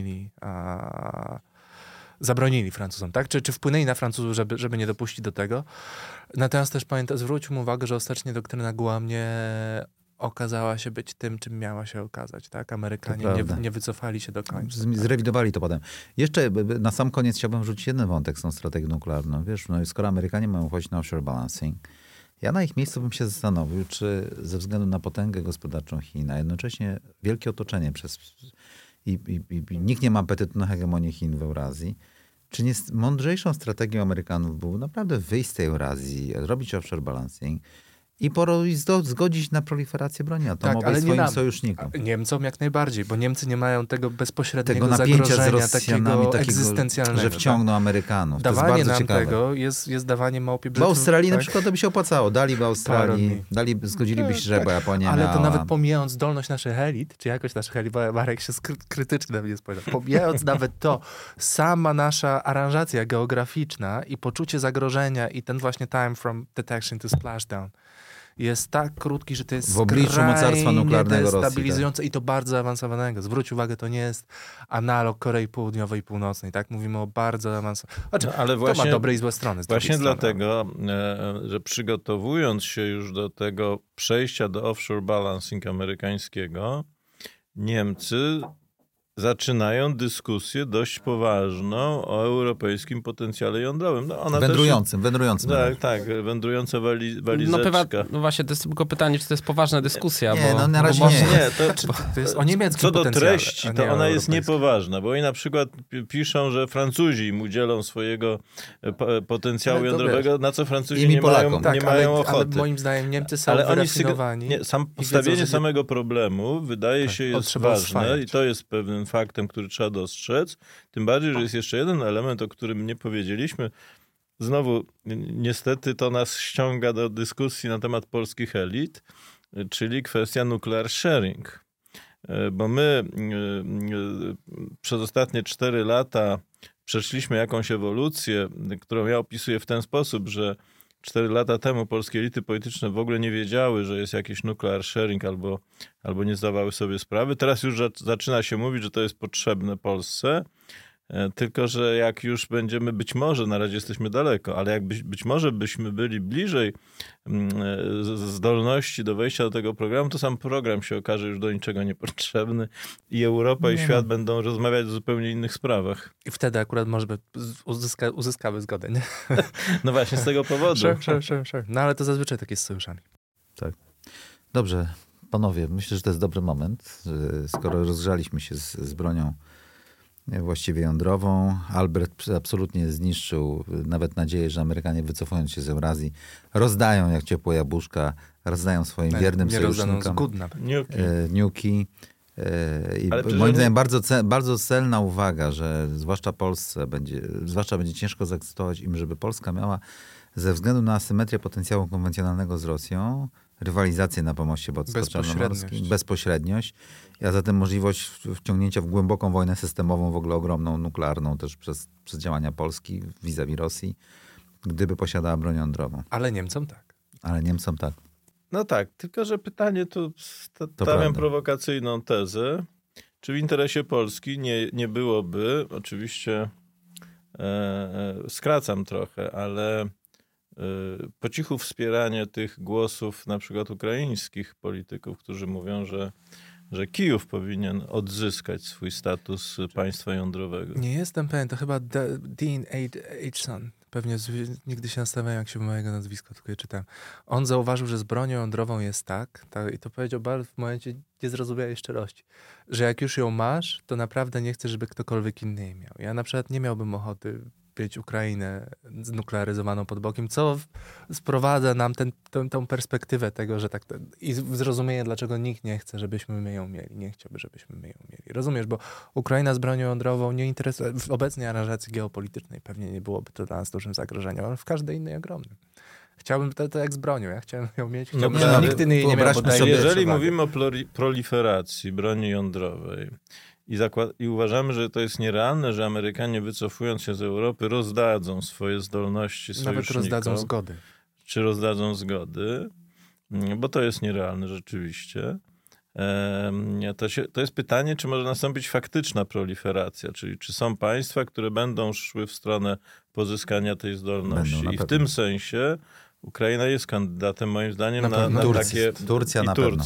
zabronili Francuzom, tak? Czy wpłynęli na Francuzów, żeby nie dopuścić do tego. Natomiast też zwróćmy uwagę, że ostatecznie doktryna Guam nie okazała się być tym, czym miała się okazać, tak? Amerykanie nie wycofali się do końca. Zrewidowali to potem. Jeszcze na sam koniec chciałbym rzucić jeden wątek z tą strategią nuklearną. Wiesz, no skoro Amerykanie mają wchodzić na offshore balancing, ja na ich miejscu bym się zastanowił, czy ze względu na potęgę gospodarczą Chin, a jednocześnie wielkie otoczenie i nikt nie ma apetytu na hegemonię Chin w Eurazji, czy nie mądrzejszą strategią Amerykanów było naprawdę wyjść z tej Eurazji, robić offshore balancing i zgodzić na proliferację broni atomowej swoim sojusznikom. Niemcom jak najbardziej, bo Niemcy nie mają tego bezpośredniego napięcia zagrożenia, z Rosjanami, takiego egzystencjalnego. Że wciągną Amerykanów. Dawanie to jest bardzo nam ciekawe. tego jest dawanie małpie W brzytwy. Australii tak? na przykład to by się opłacało. Daliby Australii, zgodziliby się, żeby Japonia ale miała. to nawet pomijając zdolność naszych elit, czy jakoś naszych elit, bo Marek się krytycznie na mnie spojrzał, pomijając nawet to, sama nasza aranżacja geograficzna i poczucie zagrożenia i ten właśnie time from detection to splashdown jest tak krótki, że to jest w obliczu mocarstwa nuklearnego Rosji. Destabilizujące i to bardzo awansowanego. Zwróć uwagę, to nie jest analog Korei Południowej i Północnej, tak? Mówimy o bardzo awansowanym. Ale właśnie, to ma dobre i złe strony. Właśnie dlatego, że przygotowując się już do tego przejścia do offshore balancing amerykańskiego, Niemcy zaczynają dyskusję dość poważną o europejskim potencjale jądrowym. No ona wędrującym. Tak, wędrująca walizeczka. No właśnie, to jest tylko pytanie, czy to jest poważna dyskusja. Nie, bo, na razie bo nie. To jest o niemieckim co do potencjale, treści, to ona jest niepoważna, bo oni na przykład piszą, że Francuzi im udzielą swojego potencjału jądrowego, na co Francuzi nie mają ochoty. Ale moim zdaniem Niemcy są wyrafinowani. Postawienie samego problemu wydaje się jest ważne i to jest pewnym faktem, który trzeba dostrzec. Tym bardziej, że jest jeszcze jeden element, o którym nie powiedzieliśmy. Znowu, niestety to nas ściąga do dyskusji na temat polskich elit, czyli kwestia nuclear sharing. Bo my przez ostatnie 4 lata przeszliśmy jakąś ewolucję, którą ja opisuję w ten sposób, że 4 lata temu polskie elity polityczne w ogóle nie wiedziały, że jest jakiś nuclear sharing albo nie zdawały sobie sprawy. Teraz już zaczyna się mówić, że to jest potrzebne Polsce, tylko że jak już będziemy, być może, na razie jesteśmy daleko, ale jak być może byśmy byli bliżej zdolności do wejścia do tego programu, to sam program się okaże już do niczego niepotrzebny i Europa i świat będą rozmawiać o zupełnie innych sprawach. I wtedy akurat może uzyskamy zgodę, nie? No właśnie, z tego powodu. Sure. No ale to zazwyczaj tak jest z sojuszami. Tak. Dobrze, panowie, myślę, że to jest dobry moment, skoro rozgrzaliśmy się z bronią właściwie jądrową. Albert absolutnie zniszczył nawet nadzieję, że Amerykanie, wycofując się z Eurazji, rozdają jak ciepłe jabłuszka, rozdają swoim wiernym sojusznikom niuki. Moim zdaniem bardzo celna uwaga, że zwłaszcza Polsce będzie ciężko zaakceptować im, żeby Polska miała ze względu na asymetrię potencjału konwencjonalnego z Rosją, rywalizację na pomoście Bałtycko-Czarnomorskim, bezpośredniość, a zatem możliwość wciągnięcia w głęboką wojnę systemową, w ogóle ogromną, nuklearną też przez działania Polski vis-a-vis Rosji, gdyby posiadała broń jądrową. Ale Niemcom tak. No tak, tylko że pytanie tu stawiam prowokacyjną tezę. Czy w interesie Polski nie byłoby, oczywiście skracam trochę, ale po cichu wspieranie tych głosów na przykład ukraińskich polityków, którzy mówią, że Kijów powinien odzyskać swój status państwa jądrowego. Nie jestem pewien, to chyba Dean Acheson. Pewnie nigdy się nastawiałem, jak się mojego nazwiska, tylko je czytałem. On zauważył, że z bronią jądrową jest tak i to powiedział bardzo w momencie niezrozumiałej szczerości, że jak już ją masz, to naprawdę nie chcesz, żeby ktokolwiek inny jej miał. Ja na przykład nie miałbym ochoty mieć Ukrainę znuklearyzowaną pod bokiem, co sprowadza nam tą perspektywę tego, że tak i zrozumienie, dlaczego nikt nie chce, żebyśmy my ją mieli. Nie chciałby, żebyśmy my ją mieli. Rozumiesz, bo Ukraina z bronią jądrową nie interesuje, w obecnej aranżacji geopolitycznej pewnie nie byłoby to dla nas dużym zagrożeniem, ale w każdej innej ogromnym. Chciałbym to jak z bronią. Ja chciałem ją mieć, chciałbym, ale nikt inny jej nie miał. Jeżeli mówimy o proliferacji broni jądrowej i uważamy, że to jest nierealne, że Amerykanie wycofując się z Europy rozdadzą swoje zdolności sojusznikom. Nawet rozdadzą zgody. Czy rozdadzą zgody, bo to jest nierealne rzeczywiście. To jest pytanie, czy może nastąpić faktyczna proliferacja, czyli czy są państwa, które będą szły w stronę pozyskania tej zdolności. I w tym sensie Ukraina jest kandydatem, moim zdaniem, na takie... Turcja na pewno.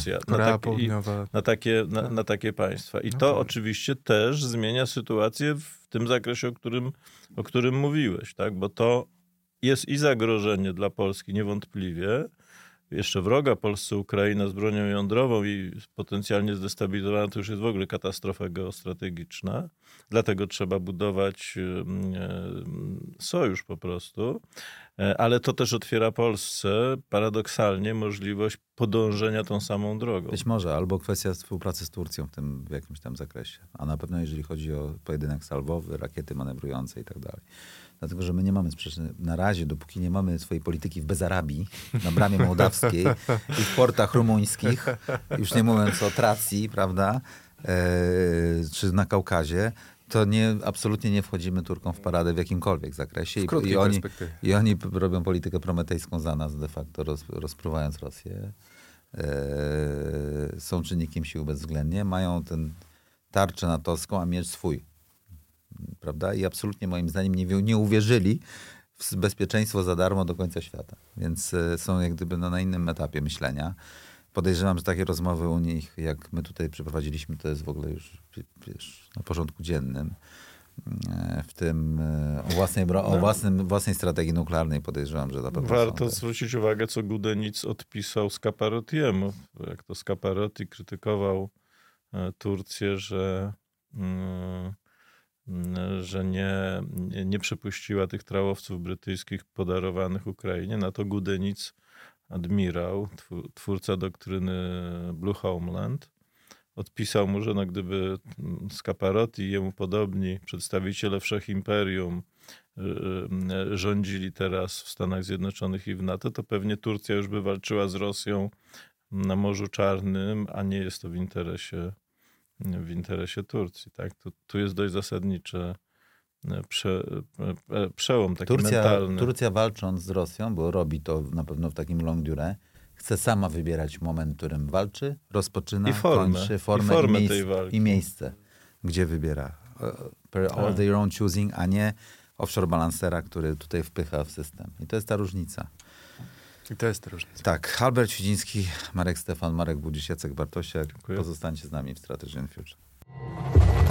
Na takie państwa. I to oczywiście też zmienia sytuację w tym zakresie, o którym mówiłeś, tak? Bo to jest i zagrożenie dla Polski niewątpliwie, jeszcze wroga Polsce Ukraina z bronią jądrową i potencjalnie zdestabilizowana, to już jest w ogóle katastrofa geostrategiczna. Dlatego trzeba budować sojusz po prostu. Ale to też otwiera Polsce paradoksalnie możliwość podążenia tą samą drogą. Być może, albo kwestia współpracy z Turcją w jakimś tam zakresie. A na pewno jeżeli chodzi o pojedynek salwowy, rakiety manewrujące i tak dalej. Dlatego, że my nie mamy na razie, dopóki nie mamy swojej polityki w Bezarabii, na bramie mołdawskiej i w portach rumuńskich, już nie mówiąc o Tracji, prawda, czy na Kaukazie, to absolutnie nie wchodzimy Turkom w paradę w jakimkolwiek zakresie. I oni robią politykę prometejską za nas de facto, rozpruwając Rosję. Są czynnikiem sił bezwzględnie, mają tę tarczę natowską, a miecz swój. Prawda? I absolutnie moim zdaniem nie uwierzyli w bezpieczeństwo za darmo do końca świata. Więc są jak gdyby na innym etapie myślenia. Podejrzewam, że takie rozmowy u nich, jak my tutaj przeprowadziliśmy, to jest w ogóle już na porządku dziennym. W tym o własnej strategii nuklearnej podejrzewam, że na pewno warto zwrócić uwagę, co Gudenic odpisał Scaparotiemu. Jak to Scaparotti krytykował Turcję, że nie przepuściła tych trałowców brytyjskich podarowanych Ukrainie. Na to Gudenic, admirał, twórca doktryny Blue Homeland, odpisał mu, że gdyby Scaparotti i jemu podobni przedstawiciele wszechimperium rządzili teraz w Stanach Zjednoczonych i w NATO, to pewnie Turcja już by walczyła z Rosją na Morzu Czarnym, a nie jest to w interesie Turcji. Tak? Tu jest dość zasadniczy przełom taki mentalny. Turcja walcząc z Rosją, bo robi to na pewno w takim long durée, chce sama wybierać moment, w którym walczy, rozpoczyna, kończy formę i miejsce, gdzie wybiera. All their own choosing, a nie offshore balancera, który tutaj wpycha w system. I to jest ta różnica. Tak, Albert Świdziński, Marek Stefan, Marek Budzisz, Jacek Bartosiak. Pozostańcie z nami w Strategy and Future.